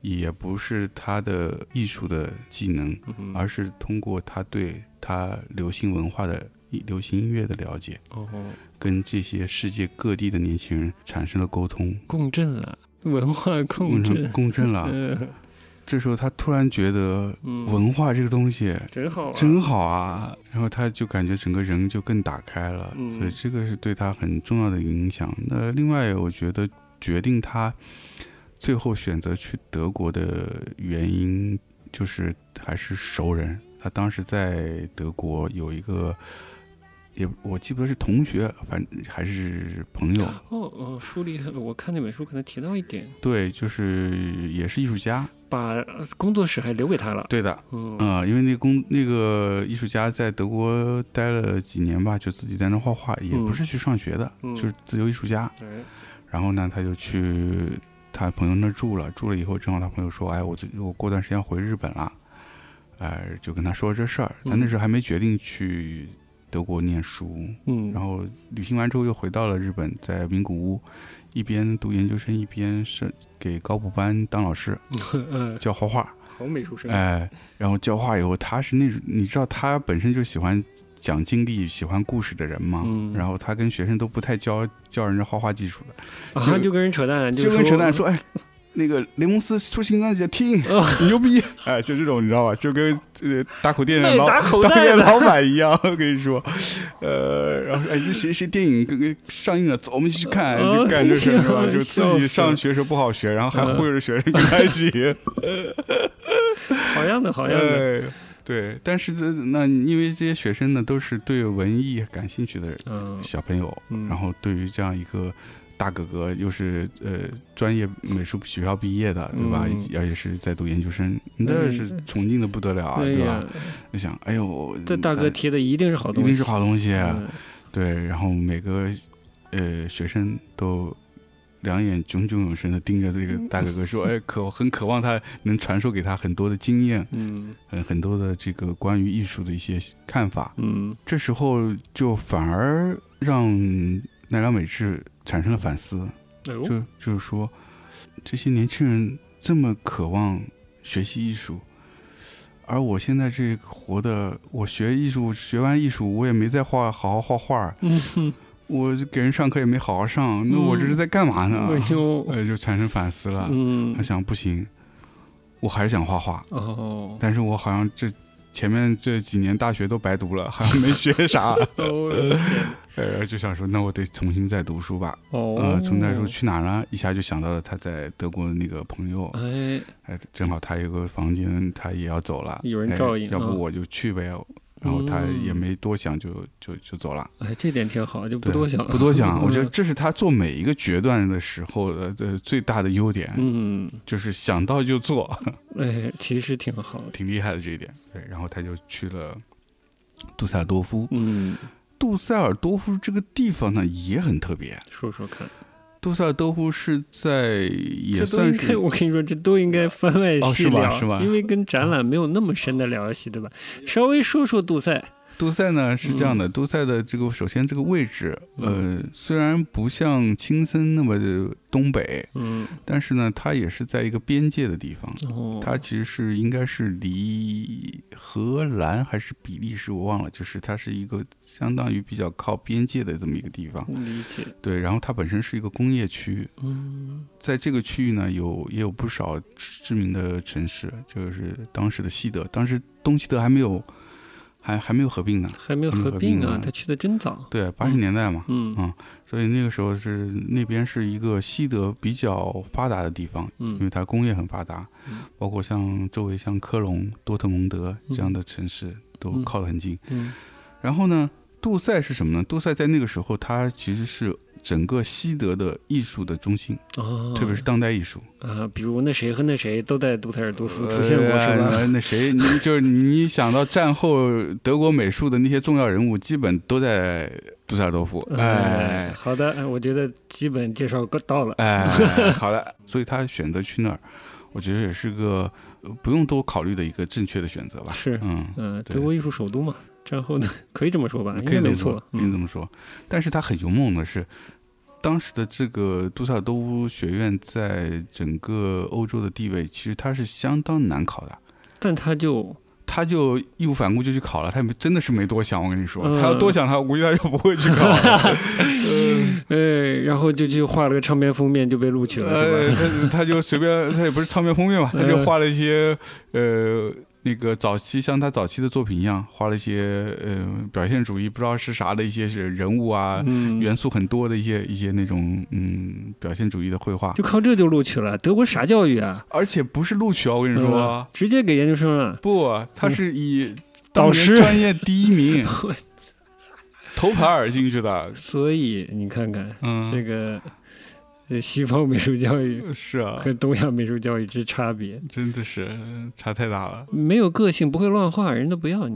也不是他的艺术的技能， 嗯、 而是通过他对他流行文化的流行音乐的了解， 哦， 跟这些世界各地的年轻人产生了沟通， 共振了，文化共振， 共振了。嗯、这时候他突然觉得文化这个东西真好、啊， 真好啊！然后他就感觉整个人就更打开了， 嗯、 所以这个是对他很重要的影响。那另外，我觉得决定他最后选择去德国的原因，就是还是熟人。他当时在德国有一个，也我记不得是同学，反正还是朋友。 哦哦，书里我看那本书可能提到一点。 对，就是也是艺术家， 把工作室还留给他了。 对的， 嗯、 呃，因为那工那个艺术家在德国待了几年吧，就自己在那画画，也不是去上学的， 嗯、 就是自由艺术家。 嗯、 然后呢，他就去他朋友那住了，住了以后，正好他朋友说：“哎，我我过段时间要回日本了。”哎，就跟他说这事儿。他那时候还没决定去德国念书， 嗯， 然后旅行完之后又回到了日本，在名古屋一边读研究生，一边是给高补班当老师， 嗯、 教画画。 好美术生。 哎，然后教画以后，他是那种你知道他本身就喜欢讲经历、喜欢故事的人嘛， 嗯、 然后他跟学生都不太教教人家画画技术的， 啊，就跟人扯淡， 就跟扯淡说，哎。那个雷蒙斯出新专辑，听、哦、牛逼，哎，就这种你知道吧，就跟呃大口店的老大口店老板一样，我跟你说，呃，然后哎，谁谁电影跟上映了，走，我们一起去看， 哦、 就干这事是吧？就自己上学时候不好学，然后还忽悠着学生跟他一起， 好样的，好样的。 哎对，但是那因为这些学生呢都是对文艺感兴趣的小朋友， 嗯、 然后对于这样一个。大哥哥又是呃专业美术学校毕业的，对吧？嗯、而且是在读研究生，那是崇敬的不得了啊， 对吧？就想，哎呦， 这大哥提的一定是好东西， 一定是好东西、啊嗯。 对，然后每个呃学生都两眼炯炯有神的盯着这个大哥哥说，哎，渴很渴望他能传授给他很多的经验， 嗯， 很多的这个关于艺术的一些看法， 嗯， 这时候就反而让奈良美智产生了反思， 哎、 就就是说，这些年轻人这么渴望学习艺术，而我现在这个活的，我学艺术，学完艺术，我也没再画，好好画画， 嗯， 我给人上课也没好好上，那我这是在干嘛呢？ 嗯、 呃，就产生反思了。 嗯， 他想不行，我还是想画画， 哦， 但是我好像这。前面这几年大学都白读了，好像没学啥， 哦、 呃，就想说，那我得重新再读书吧。 哦， 呃，重新再读去哪儿呢？一下就想到了他在德国的那个朋友， 哎， 哎，正好他有个房间，他也要走了， 有人照应， 哎、要不我就去呗。哦、然后他也没多想就，就就就走了。 哎，这点挺好，就不多想， 不多想。我觉得这是他做每一个决断的时候的的最大的优点， 嗯， 就是想到就做。 哎，其实挺好的， 挺厉害的这一点。对，然后他就去了杜塞尔多夫。 嗯， 杜塞尔多夫这个地方呢也很特别， 说说看。 杜塞尔多夫是在也算是， 我跟你说，这都应该番外细聊， 哦、是吧？是吧？ 因为跟展览没有那么深的联系，对吧？稍微说说杜塞。 杜塞呢是这样的，嗯、杜塞的这个首先这个位置，呃，虽然不像青森那么的东北， 嗯， 但是呢，它也是在一个边界的地方。 哦， 它其实是应该是离荷兰还是比利时，我忘了，就是它是一个相当于比较靠边界的这么一个地方。 理解。 对，然后它本身是一个工业区， 嗯， 在这个区域呢，有也有不少知名的城市，就是当时的西德，当时东西德还没有。还还没有合并呢， 还没有合并啊！他去的真早， 对，八十年代嘛， 嗯嗯，所以那个时候是那边是一个西德比较发达的地方， 嗯， 因为它工业很发达， 嗯， 包括像周围像科隆、多特蒙德这样的城市都靠得很近， 嗯，嗯然后呢，杜塞是什么呢？杜塞在那个时候，它其实是整个西德的艺术的中心， 哦， 特别是当代艺术啊，比如那谁和那谁都在杜塞尔多夫出现过，呃、是吧？ 那谁，你就是你想到战后德国美术的那些重要人物，基本都在杜塞尔多夫。哎， 嗯、好的，我觉得基本介绍到了。 哎，好的，所以他选择去那儿，我觉得也是个不用多考虑的一个正确的选择吧。 是， 嗯嗯、呃，德国艺术首都嘛。战后的可以这么说吧， 可以这么说， 可以这么说。但是他很勇猛的是， 当时的这个杜塞尔多夫学院在整个欧洲的地位，其实它是相当难考的， 但他就他就义无反顾就去考了，他真的是没多想，我跟你说， 嗯、 他要多想，他我估计他就不会去考了。 呃，然后就去画了个唱片封面就被录取了， 呃， 是吧？ 他他就随便，他也不是唱片封面嘛，他就画了一些呃。那个早期像他早期的作品一样，画了一些呃表现主义不知道是啥的一些是人物啊、嗯，元素很多的一些一些那种嗯表现主义的绘画， 就靠这就录取了。德国啥教育啊？ 而且不是录取啊，我跟你说， 嗯、直接给研究生了。 不，他是以导师专业第一名头牌儿进去的。 所以你看看， 嗯， 这个。西方美术教育是啊， 和东亚美术教育之差别真的是差太大了。 没有个性，不会乱画，人都不要你。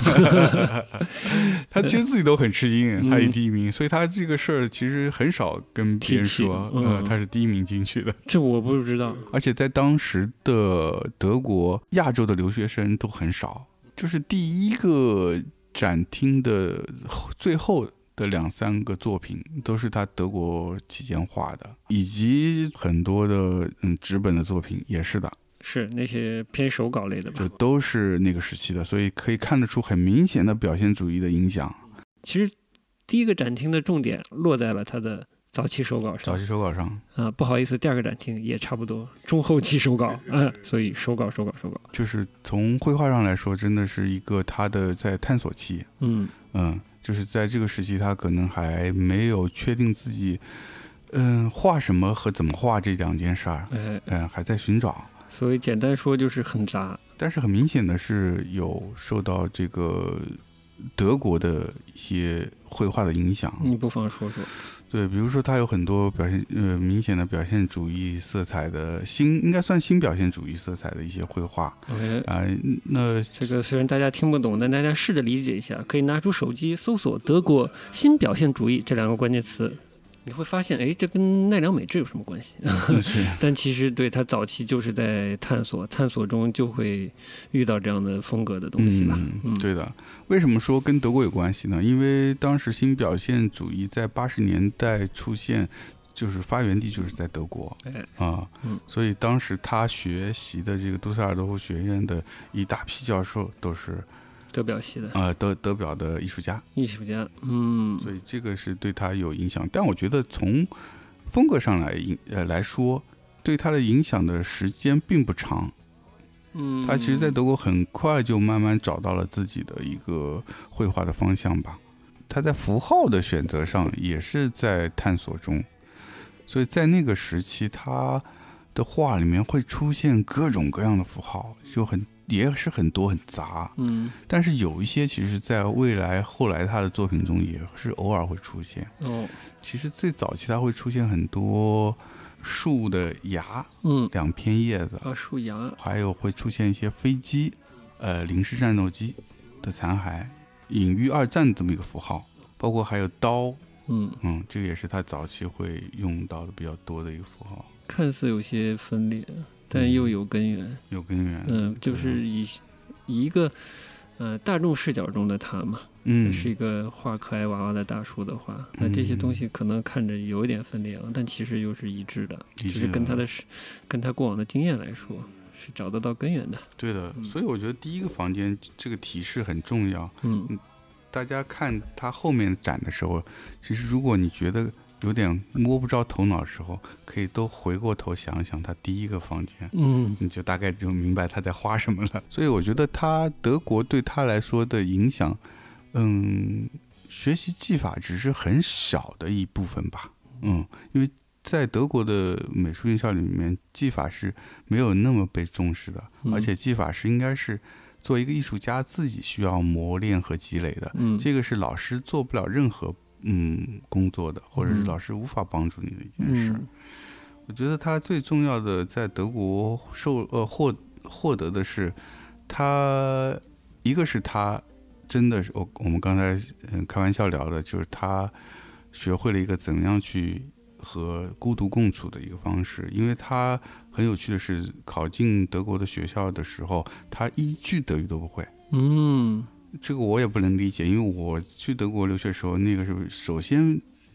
他其实自己都很吃惊，他以第一名，嗯、所以他这个事儿其实很少跟别人说，嗯、呃，他是第一名进去的。 这我不知道。 而且在当时的德国，亚洲的留学生都很少，就是第一个展厅的最后的两三个作品都是他德国期间画的，以及很多的嗯纸本的作品也是的， 是那些偏手稿类的吧， 就都是那个时期的，所以可以看得出很明显的表现主义的影响。 其实第一个展厅的重点落在了他的早期手稿上， 早期手稿上啊，不好意思，第二个展厅也差不多，中后期手稿，嗯，所以手稿手稿手稿， 就是从绘画上来说，真的是一个他的在探索期， 嗯嗯。就是在这个时期，他可能还没有确定自己，嗯、呃，画什么和怎么画这两件事儿，嗯、呃，还在寻找。 所以简单说就是很杂， 但是很明显的是有受到这个德国的一些绘画的影响。 你不妨说说。 对，比如说他有很多表现呃明显的表现主义色彩的新，应该算新表现主义色彩的一些绘画啊、 okay, 呃。那这个虽然大家听不懂，但大家试着理解一下，可以拿出手机搜索德国新表现主义这两个关键词，你会发现，哎，这跟奈良美智有什么关系？但其实对他早期就是在探索，探索中就会遇到这样的风格的东西吧。 嗯，嗯对的。为什么说跟德国有关系呢？因为当时新表现主义在八十年代出现，就是发源地就是在德国、 哎、 啊、嗯，所以当时他学习的这个杜塞尔多夫学院的一大批教授都是德表系的， 呃，德德表的艺术家， 艺术家，嗯， 所以这个是对他有影响。但我觉得从风格上来呃来说，对他的影响的时间并不长。 嗯， 他其实在德国很快就慢慢找到了自己的一个绘画的方向吧。他在符号的选择上也是在探索中，所以在那个时期，他的画里面会出现各种各样的符号，就很也是很多很杂。 嗯， 但是有一些其实在未来后来他的作品中也是偶尔会出现。 哦， 其实最早期他会出现很多树的芽， 嗯， 两片叶子啊，树芽， 还有会出现一些飞机，呃，零式战斗机的残骸，隐喻二战这么一个符号，包括还有刀， 嗯嗯，这个也是他早期会用到的比较多的一个符号。 看似有些分裂，但又有根源， 嗯、有根源， 嗯，就是以以一个呃大众视角中的他嘛。 嗯， 是一个画可爱娃娃的大叔的话，那这些东西可能看着有一点分裂，但其实又是一致的， 只是跟他的跟他过往的经验来说是找得到根源的。 对的，所以我觉得第一个房间这个提示很重要。 嗯， 大家看他后面展的时候，其实如果你觉得有点摸不着头脑的时候，可以都回过头想想他第一个房间， 嗯， 你就大概就明白他在画什么了。所以我觉得他德国对他来说的影响，嗯，学习技法只是很小的一部分吧，嗯，因为在德国的美术院校里面，技法是没有那么被重视的， 嗯、 而且技法是应该是做一个艺术家自己需要磨练和积累的， 嗯， 这个是老师做不了任何嗯工作的，或者是老师无法帮助你的一件事。 嗯、 我觉得他最重要的在德国受呃获获得的是，他一个是他。真的是我我们刚才嗯开玩笑聊的，就是他学会了一个怎么样去和孤独共处的一个方式。因为他很有趣的是，考进德国的学校的时候，他一句德语都不会。 嗯， 这个我也不能理解，因为我去德国留学的时候，那个时候首先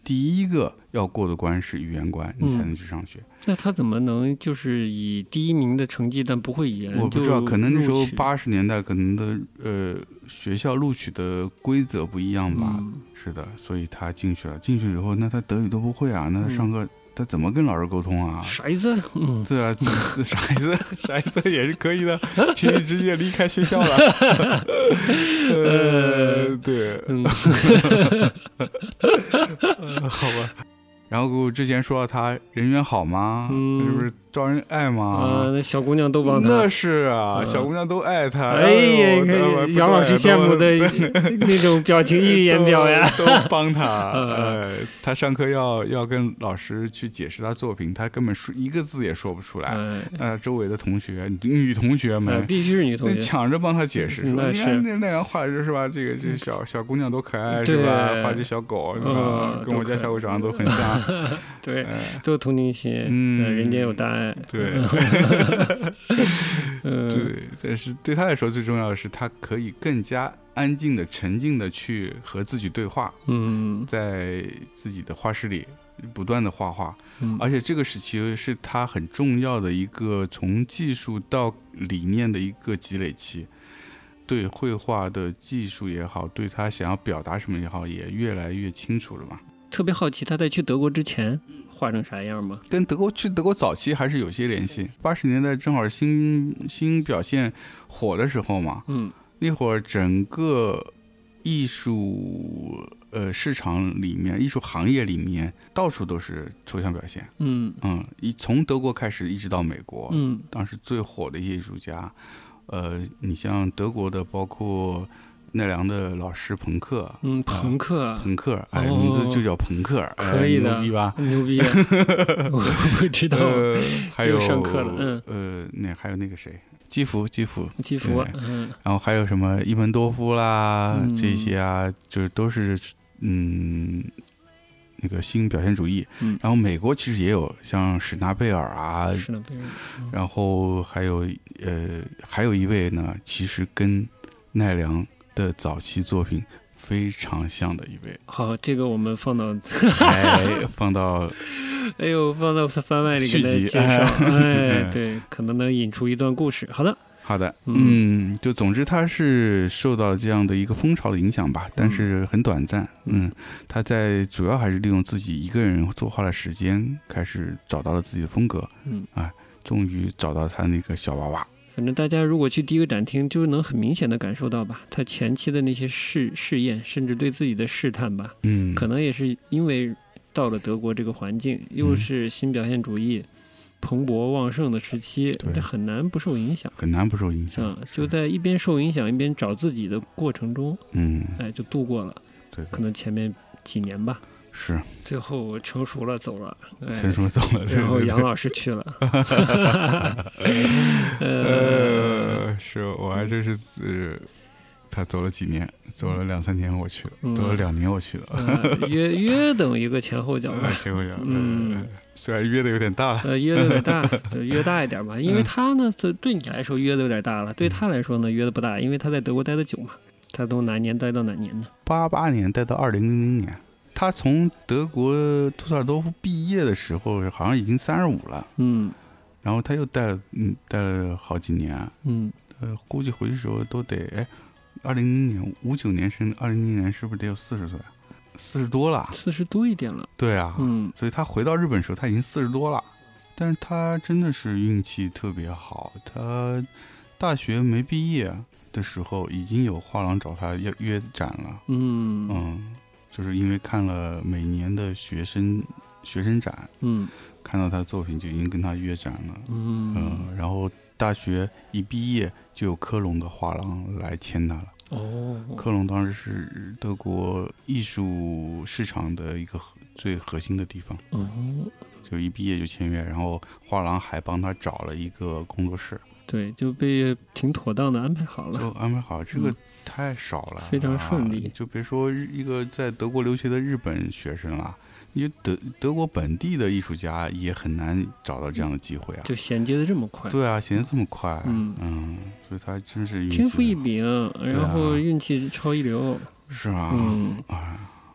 第一个要过的关是语言关，你才能去上学。 嗯、那他怎么能就是以第一名的成绩，但不会语言？ 我不知道，可能那时候八十年代可能的呃学校录取的规则不一样吧。嗯、是的，所以他进去了。进去以后，那他德语都不会啊，那他上课。嗯他怎么跟老师沟通啊？ 傻意思，嗯， 对啊，傻意思，傻意思也是可以的，轻易直接离开学校了。呃，对，嗯，好吧。然后之前说到他人缘好吗？嗯、是不是招人爱吗？ 啊，那小姑娘都帮他。 那是啊，嗯、小姑娘都爱他。 哎呀，杨老师羡慕的那种表情语言表呀， 都, 都帮他。呃，他上课要要跟老师去解释他作品，他根本说一个字也说不出来。嗯、呃，周围的同学女同学们、 呃、必须是女同学， 抢着帮他解释，说你看那那样画着是吧？这个这小小姑娘多可爱是吧？画只小狗是吧？嗯、跟我家小狗长得都很像。 对，都有同情心，嗯，人间有大爱， 对，对，但是对他来说最重要的是，他可以更加安静的、沉静的去和自己对话，嗯，在自己的画室里不断的画画，嗯，而且这个时期是他很重要的一个从技术到理念的一个积累期，对绘画的技术也好，对他想要表达什么也好，也越来越清楚了嘛。 特别好奇他在去德国之前画成啥样吗？ 跟德国去德国早期还是有些联系。八十年代正好新新表现火的时候嘛，嗯，那会儿整个艺术呃市场里面，艺术行业里面到处都是抽象表现，嗯嗯，一从德国开始一直到美国，嗯，当时最火的一些艺术家，呃，你像德国的包括。奈良的老师朋克， 嗯，朋克， 呃、朋克，哎，哦、名字就叫朋克， 可以的， 哎、牛逼吧？ 牛逼，我不知道， 呃、还有上课了，嗯， 呃，那还有那个谁，基弗，基弗， 基弗，嗯， 然后还有什么伊门多夫啦，嗯、这些啊，就都是嗯那个新表现主义，嗯，然后美国其实也有像史纳贝尔啊， 史纳贝尔， 嗯、然后还有呃还有一位呢，其实跟奈良的早期作品非常像的一位。 好，这个我们放到哎放到哎呦放到番外里给大家介绍，哎对，可能能引出一段故事。好的好的，嗯，就总之他是受到这样的一个风潮的影响吧，但是很短暂。嗯，他在主要还是利用自己一个人作画的时间，开始找到了自己的风格。嗯啊，终于找到他那个小娃娃。 反正大家如果去第一个展厅，就能很明显的感受到吧，他前期的那些试试验，甚至对自己的试探吧，嗯，可能也是因为到了德国这个环境，又是新表现主义、嗯、蓬勃旺盛的时期，这很难不受影响， 很难不受影响。 嗯，就在一边受影响一边找自己的过程中，嗯，哎，就度过了，对，可能前面几年吧。 是， 最后成熟了走了，哎、 成熟了走了， 然后杨老师去了。 呃，是我还真是，呃，他走了几年，走了两三年我去了，嗯、走了两年我去了， 呃、约约等一个前后脚吧， 前后脚，嗯，虽然约的有点大了， 呃，约的有点大，就约大一点吧，因为他呢，对对你来说约的有点大了，对他来说呢，约的不大，因为他在德国待的久嘛，他从哪年待到哪年呢？ 八八年待到二零零零年。他从德国杜塞尔多夫毕业的时候，好像已经三十五了。嗯，然后他又待了，嗯，待了好几年。嗯，呃，估计回去的时候都得，哎，二零零年五九年生，二零零年是不是得有四十岁？四十多了， 四十多一点了。 对啊，嗯，所以他回到日本的时候，他已经四十多了。但是他真的是运气特别好，他大学没毕业的时候，已经有画廊找他要约展了。嗯嗯。就是因为看了每年的学生学生展，嗯，看到他的作品就已经跟他约展了，嗯、呃，然后大学一毕业就有科隆的画廊来签他了。哦，科隆当时是德国艺术市场的一个最核心的地方。哦，就一毕业就签约，然后画廊还帮他找了一个工作室。 对，就被挺妥当的安排好了。 就安排好，这个。嗯太少了， 非常顺利、 啊。就别说一个在德国留学的日本学生了，你德德国本地的艺术家也很难找到这样的机会啊。 就衔接的这么快。 对啊，衔接这么快，嗯嗯，所以他真是运气天赋异禀，然后运气超一流。 是啊，嗯啊，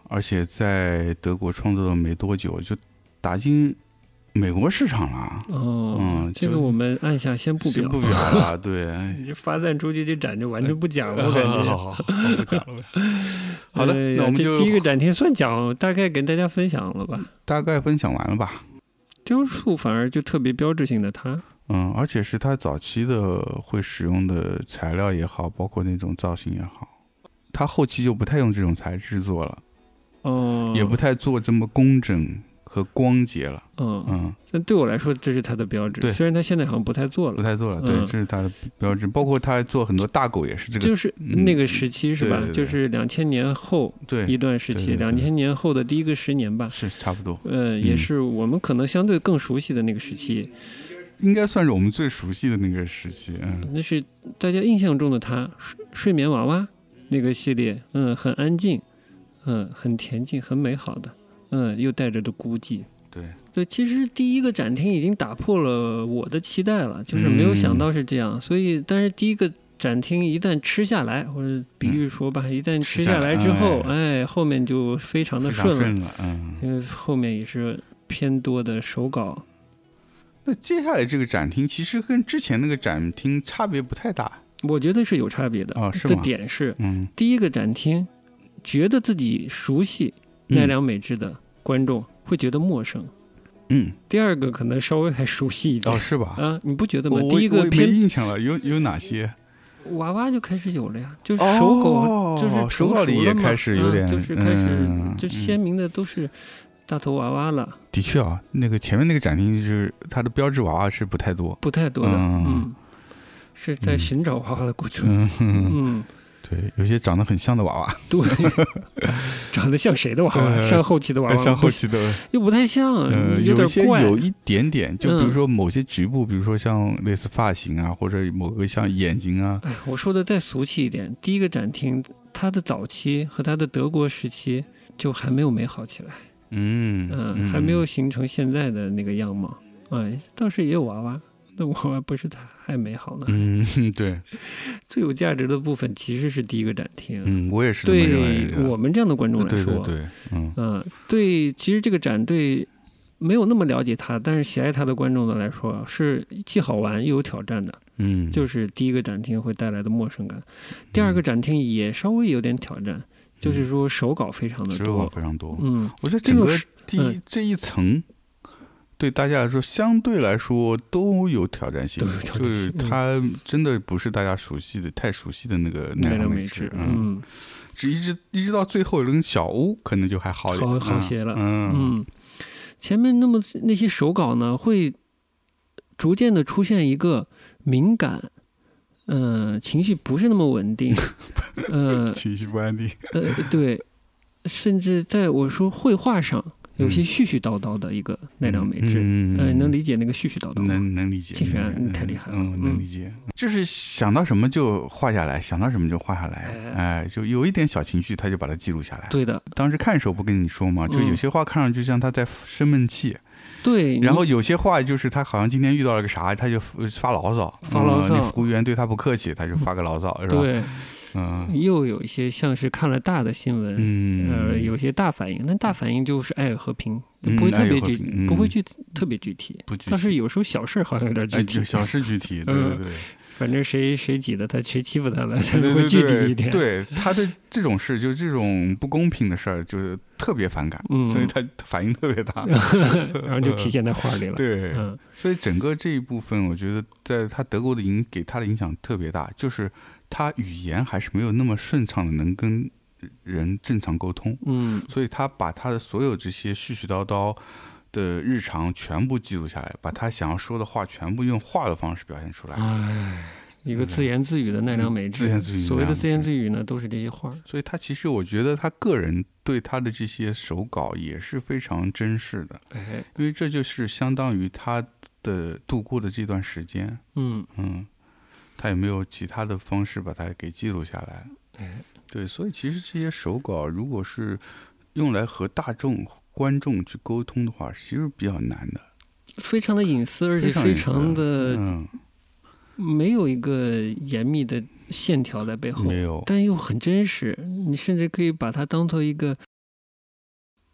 而且在德国创作了没多久就打进美国市场了。 哦， 嗯， 这个我们按下先不表， 先不表了。对， 你这发散出去这展就完全不讲了，我感觉。 好好好，不讲了。好的，那我们就这第一个展厅算讲，大概跟大家分享了吧？ 大概分享完了吧。 雕塑反而就特别标志性的它。 嗯，而且是他早期的会使用的材料也好，包括那种造型也好，他后期就不太用这种材质做了， 哦， 也不太做这么工整和光洁了。 嗯嗯， 但对我来说，这是他的标志。 对， 虽然他现在好像不太做了， 不太做了。对， 嗯、 这是他的标志。包括他做很多大狗也是这个， 就是那个时期是吧？ 嗯、对对对就是两千年后一段时期，两千年后的第一个十年吧， 是差不多。 呃，也是我们可能相对更熟悉的那个时期。 应该算是我们最熟悉的那个时期，嗯， 那是大家印象中的他睡睡眠娃娃那个系列，嗯，很安静，嗯，很恬静，很美好的，嗯，又带着的孤寂。 对对，其实第一个展厅已经打破了我的期待了，就是没有想到是这样，嗯、所以，但是第一个展厅一旦吃下来，或者比喻说吧，嗯、一旦吃下来之后，哎，后面就非常的顺了， 顺了，嗯， 因为后面也是偏多的手稿。 那接下来这个展厅其实跟之前那个展厅差别不太大， 我觉得是有差别的。 哦，是吗？ 的点是， 嗯， 第一个展厅，觉得自己熟悉奈良美智的观众会觉得陌生， 嗯。 第二个可能稍微还熟悉一点， 哦，是吧？ 啊，你不觉得吗？ 我第一个我没印象了，有有哪些？ 娃娃就开始有了呀，就是手狗， 哦、 就是手稿里也开始有点， 啊、就是开始、 嗯、 就鲜明的都是大头娃娃了。 的确啊，那个前面那个展厅就是它的标志娃娃是不太多， 不太多的，嗯，嗯是在寻找娃娃的过程。嗯，嗯对，有些长得很像的娃娃， 对，长得像谁的娃娃？上后期的娃娃， 上后期的又不太像， 呃、 有点怪， 有一点点，就比如说某些局部，嗯、比如说像类似发型啊，或者某个像眼睛啊。 哎，我说的再俗气一点，第一个展厅，它的早期和它的德国时期就还没有美好起来。 嗯嗯，还没有形成现在的那个样貌。哎，倒是也有娃娃，那娃娃不是太美好呢。 嗯，对。 最有价值的部分其实是第一个展厅。 嗯，我也是这么认为的。 对我们这样的观众来说， 对对对，嗯， 呃、对，其实这个展对没有那么了解他，但是喜爱他的观众的来说，是既好玩又有挑战的。 嗯， 就是第一个展厅会带来的陌生感，第二个展厅也稍微有点挑战。就是说手稿非常的多， 手稿非常多。 嗯， 我觉得整个第一、嗯、这一层对大家来说相对来说都有挑战性， 挑战性就是它真的不是大家熟悉的、嗯、太熟悉的那个奈良美智。嗯，只一直一直到最后跟小屋可能就还好点， 好好些了。 嗯嗯，前面那么那些手稿呢，会逐渐的出现一个敏感。呃，情绪不是那么稳定，呃， 情绪不安定， 呃，对，甚至在我说绘画上有些絮絮叨叨的一个奈良美智，嗯、呃，能理解那个絮絮叨叨吗？ 能能理解， 竟然你太厉害了， 嗯，能理解，嗯、就是想到什么就画下来，想到什么就画下来，哎、呃，就有一点小情绪，他就把它记录下来。 对的， 当时看的时候不跟你说吗？就有些画看上去像他在生闷气。嗯对， 然后有些话就是他好像今天遇到了个啥，他就发牢骚， 发牢骚， 嗯、那服务员对他不客气，他就发个牢骚，是吧？ 对， 嗯， 又有一些像是看了大的新闻， 嗯， 呃，有些大反应，那大反应就是爱与和平，不会特别具， 嗯、 不会具特别具体， 不具体， 但是有时候小事好像有点具体， 哎、小事具体，对对对。嗯， 反正谁谁挤的他，谁欺负他了，他就会具体一点。 对，对，对他对这种事，就这种不公平的事儿，就是特别反感， 嗯、 所以他反应特别大， 然后就体现在画里了。 对， 嗯， 所以整个这一部分，我觉得在他德国的影给他的影响特别大，就是他语言还是没有那么顺畅的能跟人正常沟通。 嗯， 所以他把他的所有这些絮絮叨叨的日常全部记录下来，把他想要说的话全部用画的方式表现出来。 哎，一个自言自语的奈良美智， 自言自语。 所谓的自言自语呢，都是这些画。 所以他其实我觉得他个人对他的这些手稿也是非常珍视的， 哎， 因为这就是相当于他的度过的这段时间。 嗯嗯，他也没有其他的方式把它给记录下来。 哎， 对，所以其实这些手稿如果是用来和大众观众去沟通的话，其实比较难的， 非常的隐私，而且非常的嗯，没有一个严密的线条在背后， 没有， 但又很真实。你甚至可以把它当做一个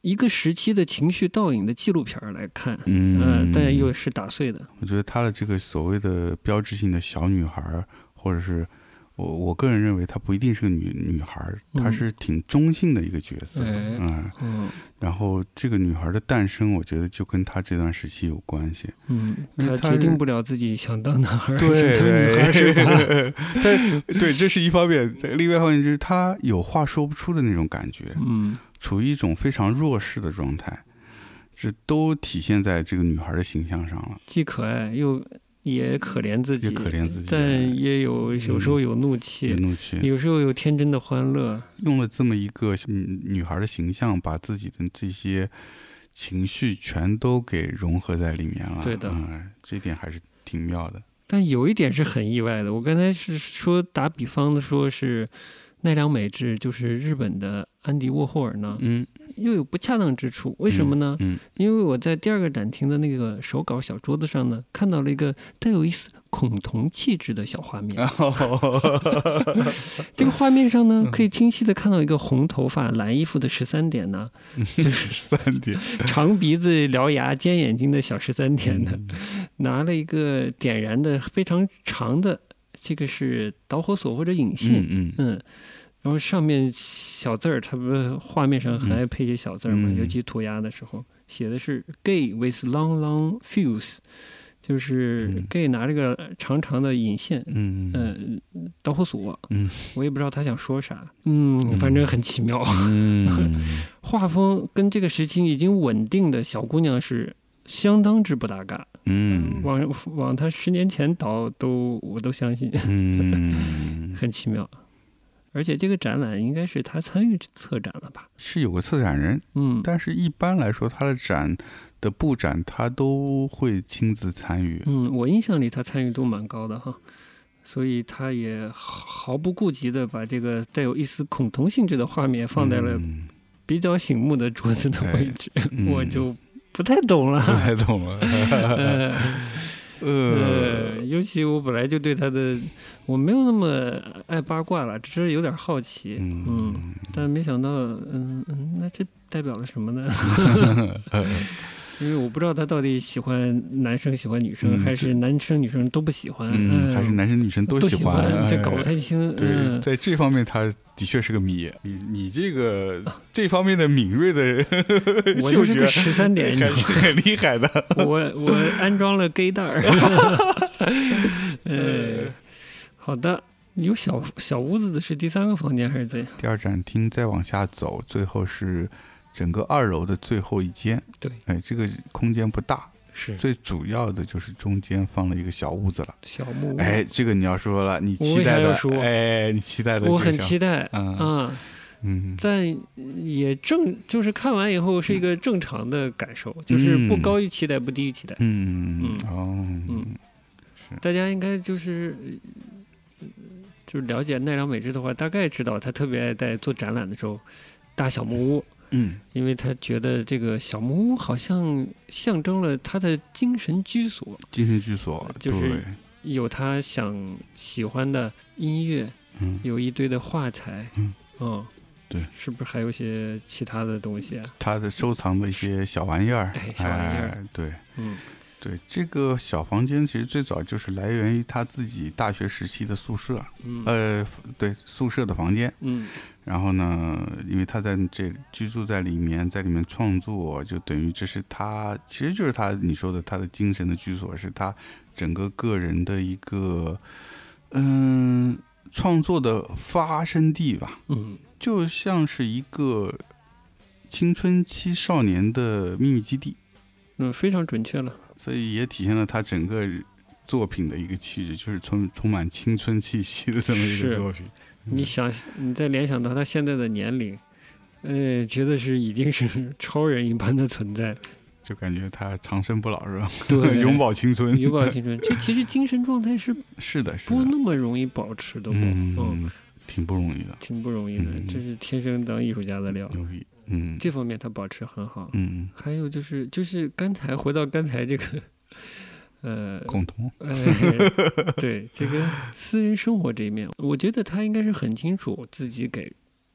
一个时期的情绪倒影的纪录片来看， 嗯、 呃，但又是打碎的。 我觉得她的这个所谓的标志性的小女孩，或者是我我个人认为她不一定是个女女孩，她是挺中性的一个角色。 嗯、 嗯嗯， 然后这个女孩的诞生，我觉得就跟她这段时期有关系。 嗯，她决定不了自己想当男孩对还是当女孩，是吧？ 但对，这是一方面，另外一方面就是她有话说不出的那种感觉， 嗯， 处于一种非常弱势的状态，这都体现在这个女孩的形象上了。 既可爱又也可怜自己， 也可怜自己， 但也有有时候有怒气， 有怒气， 有时候有天真的欢乐。 用了这么一个女孩的形象，把自己的这些情绪全都给融合在里面了。 对的， 嗯，这点还是挺妙的。 但有一点是很意外的，我刚才是说打比方的说是奈良美智就是日本的安迪沃霍尔呢， 嗯， 又有不恰当之处，为什么呢？ 嗯，嗯因为我在第二个展厅的那个手稿小桌子上呢，看到了一个带有一丝恐同气质的小画面。这个画面上呢，可以清晰的看到一个红头发、蓝衣服的十三点呢， 就是三点， 长鼻子、獠牙、尖眼睛的小十三点呢， 嗯、 拿了一个点燃的非常长的，这个是导火索或者引信， 嗯嗯。 嗯然后上面小字儿，它不是画面上很爱配一些小字儿嘛、嗯，尤其涂鸦的时候，写的是 “gay with long long fuse”， 就是 gay 拿这个长长的引线，嗯呃，导火索，嗯，我也不知道他想说啥，嗯，反正很奇妙。嗯，画风跟这个时期已经稳定的小姑娘是相当之不搭嘎。嗯，往往他十年前导都我都相信。嗯，很奇妙。而且这个展览应该是他参与策展了吧？ 是有个策展人，嗯，但是一般来说他的展的布展他都会亲自参与。 嗯，我印象里他参与度蛮高的哈，所以他也毫不顾及的把这个带有一丝恐同性质的画面放在了比较醒目的桌子的位置，嗯、我就不太懂了， 不太懂了。 呃呃，尤其我本来就对他的，我没有那么爱八卦了，只是有点好奇，嗯，嗯但没想到，嗯嗯，那这代表了什么呢？因为我不知道他到底喜欢男生喜欢女生，嗯、还是男生女生都不喜欢， 嗯，嗯还是男生女生都喜欢， 喜欢这搞不太清。 对、嗯，在这方面他的确是个谜。你你这个这方面的敏锐的嗅觉， 十三点还是很厉害的。 我我安装了 gay 袋儿。呃，好的。有小小屋子的是第三个房间还是怎样？ 第二展厅再往下走，最后是整个二楼的最后一间。 对， 哎，这个空间不大， 是最主要的就是中间放了一个小屋子了。 小木屋， 哎，这个你要说了，你期待的，哎，你期待的， 我很期待， 嗯啊，嗯，但也正就是看完以后是一个正常的感受，嗯、就是不高于期待，不低于期待。 嗯嗯哦嗯，是大家应该就是。就是了解奈良美智的话，大概知道他特别爱在做展览的时候搭小木屋， 嗯， 因为他觉得这个小木屋好像象征了他的精神居所， 精神居所就是有他想喜欢的音乐， 嗯， 有一堆的画材， 嗯， 哦， 对， 是不是还有一些其他的东西啊？ 他的收藏的一些小玩意儿， 哎，小玩意儿， 哎、对， 嗯。 对，这个小房间其实最早就是来源于他自己大学时期的宿舍， 嗯， 呃，对，宿舍的房间， 嗯， 然后呢，因为他在这居住在里面，在里面创作，就等于这是他，其实就是他你说的他的精神的居所，是他整个个人的一个，嗯，创作的发生地吧， 嗯， 就像是一个青春期少年的秘密基地， 嗯，非常准确了。 所以也体现了他整个作品的一个气质，就是充充满青春气息的这么一个作品。 你想，你再联想到他现在的年龄，呃，觉得是已经是超人一般的存在， 就感觉他长生不老是吧？ 对， 永葆青春， 永葆青春。这其实精神状态是是的，是的， 不那么容易保持的， 嗯，嗯挺不容易的， 挺不容易的。嗯、这是天生当艺术家的料。 牛逼。嗯， 这方面他保持很好。 嗯， 还有就是就是刚才回到刚才这个，呃， 共同， 呃，对这个私人生活这一面，我觉得他应该是很清楚自己给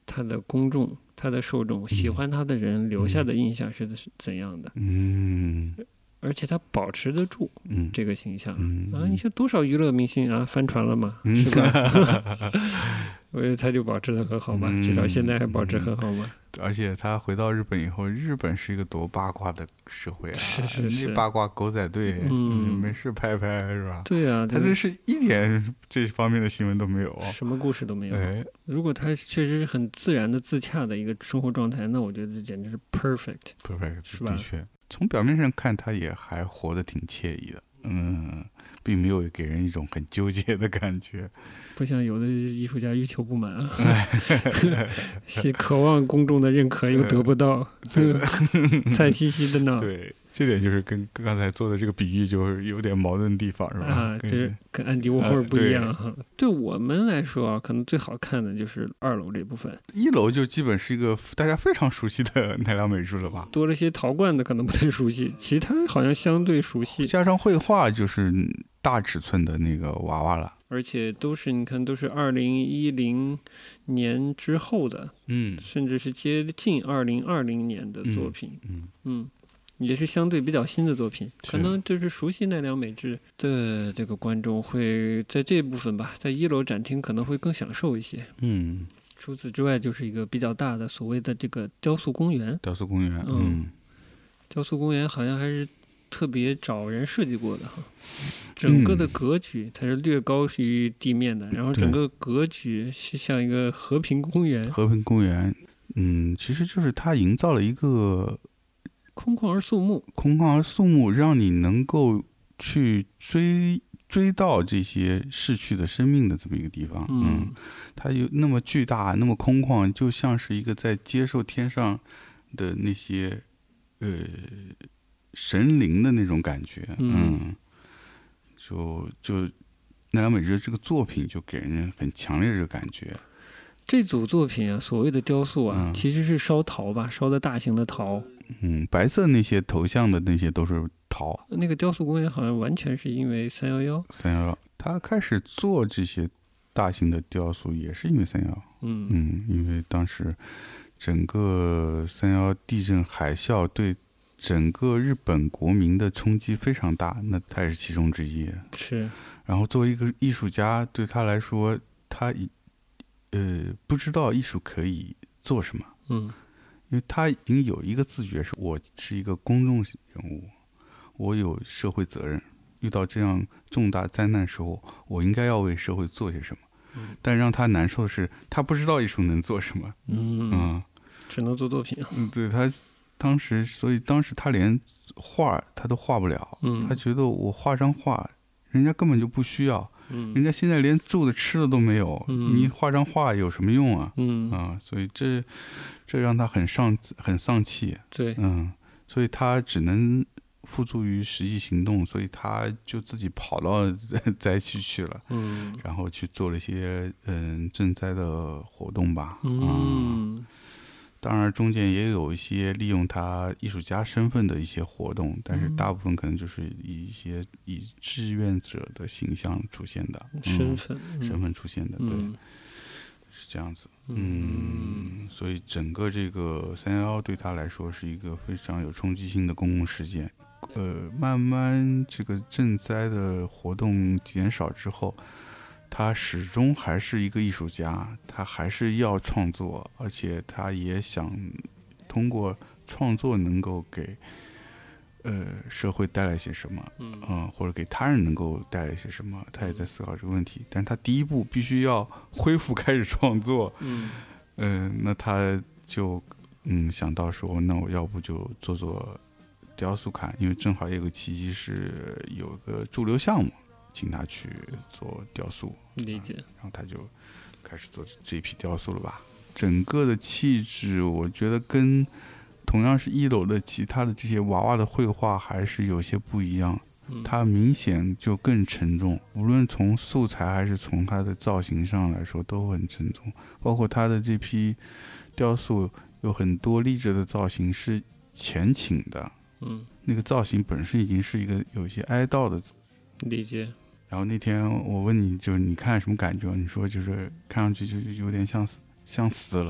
他的公众、他的受众、喜欢他的人留下的印象是怎样的。 嗯， 而且他保持得住这个形象、 嗯、 啊！你说多少娱乐明星啊翻船了嘛，嗯、是吧？我觉得他就保持得很好嘛，嗯、直到现在还保持很好嘛。 而且他回到日本以后，日本是一个多八卦的社会啊！ 是是是， 那八卦狗仔队，嗯，没事拍拍是吧？ 对啊， 他这是一点这方面的新闻都没有， 什么故事都没有。 哎、 如果他确实是很自然的、自洽的一个生活状态，那我觉得这简直是 perfect，perfect， 是吧？的确，从表面上看，他也还活得挺惬意的，嗯。并没有给人一种很纠结的感觉， 不像有的艺术家欲求不满啊，是渴望公众的认可又得不到，惨兮兮的呢。 对，这点就是跟刚才做的这个比喻就是有点矛盾的地方，是吧？ 啊，就是跟安迪沃霍尔不一样哈、啊。对我们来说啊，可能最好看的就是二楼这部分， 一楼就基本是一个大家非常熟悉的奈良美智了吧？ 多了些陶罐的可能不太熟悉，其他好像相对熟悉。 加上绘画就是大尺寸的那个娃娃了， 而且都是你看都是二零一零年之后的， 嗯， 甚至是接近二零二零年的作品， 嗯 嗯, 嗯，也是相对比较新的作品，可能就是熟悉奈良美智的这个观众会在这部分吧，在一楼展厅可能会更享受一些， 嗯。 除此之外，就是一个比较大的所谓的这个雕塑公园， 雕塑公园，嗯， 嗯雕塑公园好像还是特别找人设计过的哈，整个的格局它是略高于地面的，嗯、然后整个格局是像一个和平公园。 和平公园，嗯，其实就是它营造了一个空旷而肃穆， 空旷而肃穆，让你能够去追追到这些逝去的生命的这么一个地方。嗯，嗯它有那么巨大，那么空旷，就像是一个在接受天上的那些呃。神灵的那种感觉，嗯，嗯就就奈良美智这个作品就给人很强烈的这个感觉。 这组作品啊，所谓的雕塑啊， 嗯、 其实是烧陶吧，烧的大型的陶。 嗯，白色那些头像的那些都是陶。 那个雕塑公园好像完全是因为三一一。 三一一，他开始做这些大型的雕塑也是因为三一一。 嗯嗯，因为当时整个三一一地震海啸对整个日本国民的冲击非常大，那他也是其中之一。 是。 然后作为一个艺术家，对他来说，他呃不知道艺术可以做什么。 嗯。 因为他已经有一个自觉，是我是一个公众人物，我有社会责任。遇到这样重大灾难的时候，我应该要为社会做些什么。 嗯、 但让他难受的是，他不知道艺术能做什么。 嗯。 嗯只能做作品。 嗯，对他。当时，所以当时他连画他都画不了， 嗯， 他觉得我画张画，人家根本就不需要， 嗯， 人家现在连住的吃的都没有， 嗯、 你画张画有什么用啊？ 嗯啊，所以这这让他很丧很丧气， 对， 嗯，所以他只能付诸于实际行动，所以他就自己跑到灾区去了， 嗯， 然后去做了一些嗯赈灾的活动吧， 嗯。 啊当然，中间也有一些利用他艺术家身份的一些活动，但是大部分可能就是以一些以志愿者的形象出现的， 身份、 嗯、身份出现的， 嗯、 对，是这样子。嗯，所以整个这个三一一对他来说是一个非常有冲击性的公共事件。呃，慢慢这个赈灾的活动减少之后，他始终还是一个艺术家，他还是要创作，而且他也想通过创作能够给呃社会带来些什么， 嗯、 呃，或者给他人能够带来些什么，他也在思考这个问题。但他第一步必须要恢复开始创作， 嗯， 呃，那他就嗯想到说，那我要不就做做雕塑看，因为正好也有个契机是有个驻留项目。请他去做雕塑， 理解、 啊，然后他就开始做这一批雕塑了吧。整个的气质，我觉得跟同样是一楼的其他的这些娃娃的绘画还是有些不一样。 嗯、 它明显就更沉重，无论从素材还是从它的造型上来说都很沉重。包括它的这批雕塑有很多立着的造型是前倾的， 嗯， 那个造型本身已经是一个有一些哀悼的。 理解。 然后那天我问你，就是你看什么感觉？你说就是看上去就有点像死像死了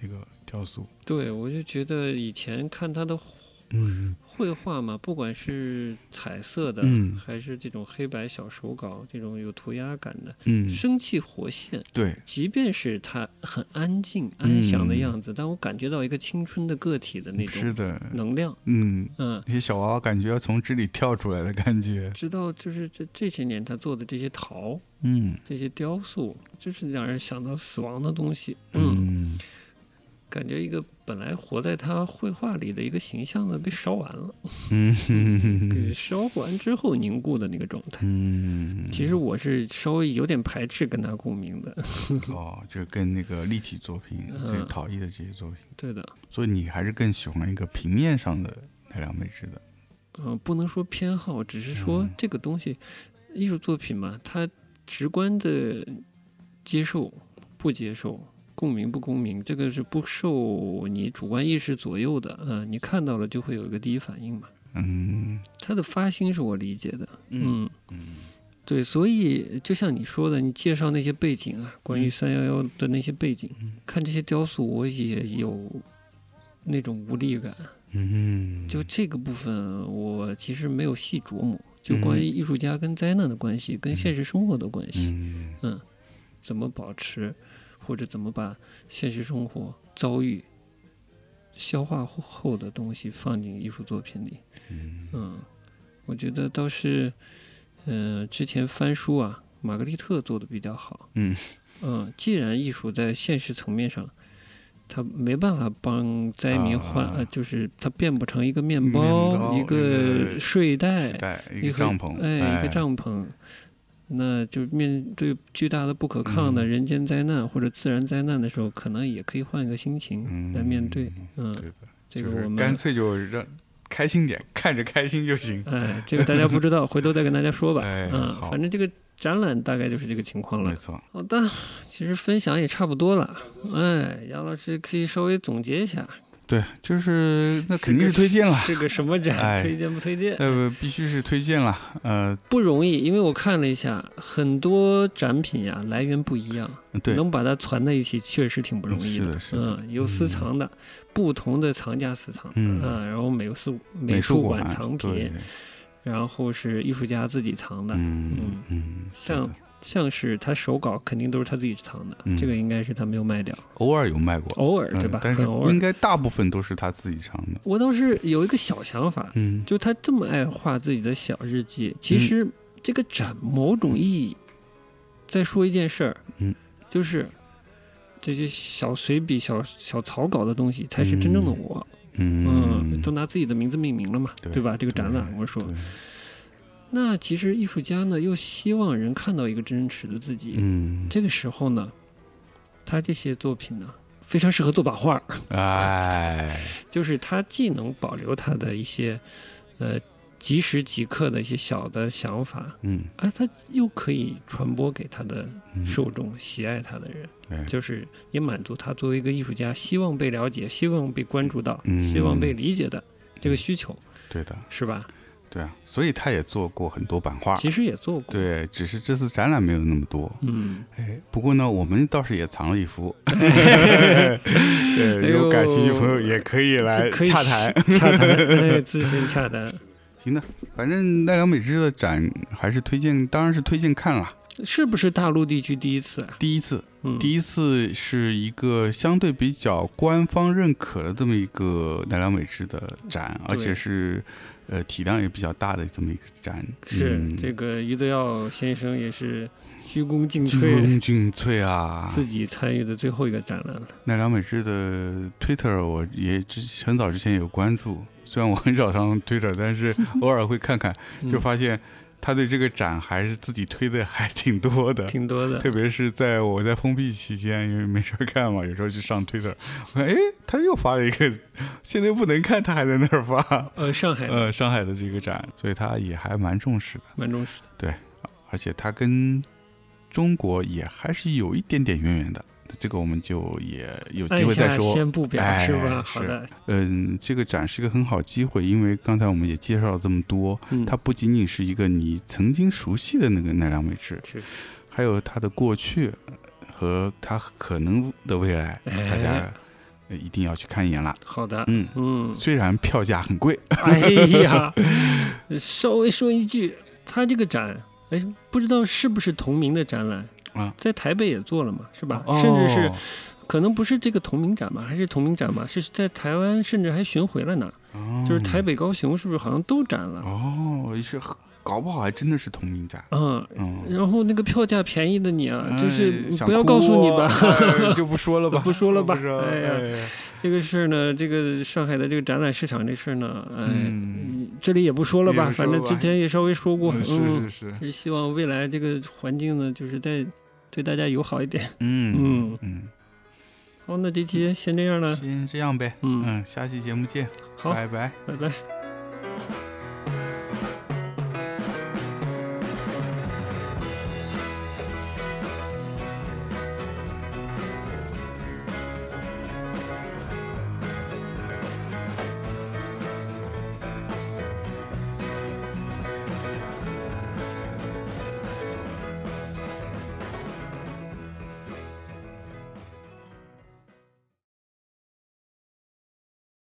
那个雕塑。 对，我就觉得以前看他的嗯， 绘画嘛，不管是彩色的， 嗯， 还是这种黑白小手稿，这种有涂鸦感的， 嗯， 生气活现。 对， 即便是他很安静、安详的样子，嗯、但我感觉到一个青春的个体的那种能量。 嗯嗯， 那些小娃娃感觉要从这里跳出来的感觉。 直到就是这这些年他做的这些陶， 嗯， 这些雕塑，就是让人想到死亡的东西。嗯。嗯，感觉一个本来活在他绘画里的一个形象呢，被烧完了，嗯，给烧完之后凝固的那个状态。嗯，其实我是稍微有点排斥跟他共鸣的。 哦，就跟那个立体作品、这个陶艺的这些作品。 对的。 所以你还是更喜欢一个平面上的奈良美智的。 嗯、呃，不能说偏好，只是说这个东西，嗯、艺术作品嘛，它直观的接受不接受。共鸣不共鸣，这个是不受你主观意识左右的，嗯、呃，你看到了就会有一个第一反应嘛。嗯，它的发心是我理解的，嗯嗯，对，所以就像你说的，你介绍那些背景啊，关于三一一的那些背景，嗯、看这些雕塑，我也有那种无力感。嗯，就这个部分，我其实没有细琢磨，就关于艺术家跟灾难的关系，嗯、跟现实生活的关系，嗯，嗯怎么保持。或者怎么把现实生活遭遇消化后的东西放进艺术作品里。嗯，嗯我觉得倒是，嗯、呃，之前翻书啊，玛格丽特做的比较好。嗯嗯，既然艺术在现实层面上，它没办法帮灾民换，啊、呃，就是它变不成一个面包、面包一个睡袋、 一个帐篷， 哎，哎一个帐篷。那就面对巨大的不可抗的人间灾难或者自然灾难的时候，嗯、可能也可以换一个心情来面对。嗯，嗯对的， 这个我们干脆就让开心点，看着开心就行。 哎，这个大家不知道，回头再跟大家说吧。哎，嗯，反正这个展览大概就是这个情况了。 没错。 好的，其实分享也差不多了。哎，杨老师可以稍微总结一下。 对，就是那肯定是推荐了。 这个什么展？哎、推荐不推荐？ 呃，必须是推荐了。呃， 不容易，因为我看了一下，很多展品呀、啊、来源不一样， 对， 能把它攒在一起，确实挺不容易的。 是的，是的。 嗯，有私藏的，嗯、不同的藏家私藏， 嗯， 啊、然后美术美术馆藏品，然后是艺术家自己藏的， 嗯嗯嗯， 像。像是他手稿肯定都是他自己藏的，嗯、这个应该是他没有卖掉， 偶尔有卖过， 偶尔对吧？ 嗯、但是应该大部分都是他自己藏的。 我倒是有一个小想法，嗯，就他这么爱画自己的小日记，其实这个展某种意义，嗯、再说一件事儿，嗯，就是这些小随笔、小小草稿的东西才是真正的我，嗯，嗯都拿自己的名字命名了嘛，对, 对吧？这个展览我说。那其实艺术家呢，又希望人看到一个真实的自己。嗯，这个时候呢，他这些作品呢，非常适合做版画。哎，就是他既能保留他的一些，呃，即时即刻的一些小的想法，嗯，而他又可以传播给他的受众、嗯、喜爱他的人，嗯、就是也满足他作为一个艺术家希望被了解、希望被关注到、嗯、希望被理解的这个需求。 对的， 是吧？ 对啊，所以他也做过很多版画， 其实也做过， 对，只是这次展览没有那么多。嗯，哎，不过呢，我们倒是也藏了一幅，对，有感兴趣朋友也可以来洽谈， 洽谈，哎，咨询洽谈。 行的，反正奈良美智的展还是推荐，当然是推荐看了。 是不是大陆地区第一次啊？ 第一次，嗯、第一次是一个相对比较官方认可的这么一个奈良美智的展，而且是呃体量也比较大的这么一个展。 是、嗯、这个余德耀先生也是鞠躬尽瘁， 鞠躬尽瘁啊！ 自己参与的最后一个展览了。 奈良美智的 Twitter 我也之很早之前有关注，虽然我很少上 Twitter， 但是偶尔会看看，就发现。他对这个展还是自己推的还挺多的， 挺多的。 特别是在我在封闭期间，因为没事干嘛，有时候去上推特，我看哎，他又发了一个，现在不能看，他还在那儿发。 呃，上海， 呃，上海的这个展，所以他也还蛮重视的， 蛮重视的。 对，而且他跟中国也还是有一点点渊源的。这个我们就也有机会再说， 先不表示吧。哎、好的， 嗯，这个展是一个很好机会，因为刚才我们也介绍了这么多，嗯、它不仅仅是一个你曾经熟悉的那个奈良美智，还有它的过去和它可能的未来，哎、大家一定要去看一眼了。 好的， 嗯嗯， 虽然票价很贵。 哎呀，稍微说一句，他这个展，哎，不知道是不是同名的展览啊， 在台北也做了嘛，是吧？ 哦、 甚至是可能不是这个同名展吧，还是同名展吧？是在台湾，甚至还巡回了呢。 哦、 就是台北、高雄是不是好像都展了？ 哦，是搞不好还真的是同名展。 嗯， 嗯， 然后那个票价便宜的你啊， 哎、 就是不要告诉你吧， 哎、就不说了吧， 不说了吧。 哎呀， 哎这个事儿呢，这个上海的这个展览市场这事儿呢，哎、 嗯， 这里也不说了吧， 说了吧反正之前也稍微说过。 嗯、是是是， 希望未来这个环境呢，就是再对大家友好一点。 嗯嗯嗯。 好，那这期先这样了， 先这样呗。 嗯嗯，下期节目见。 好， 拜拜， 拜拜。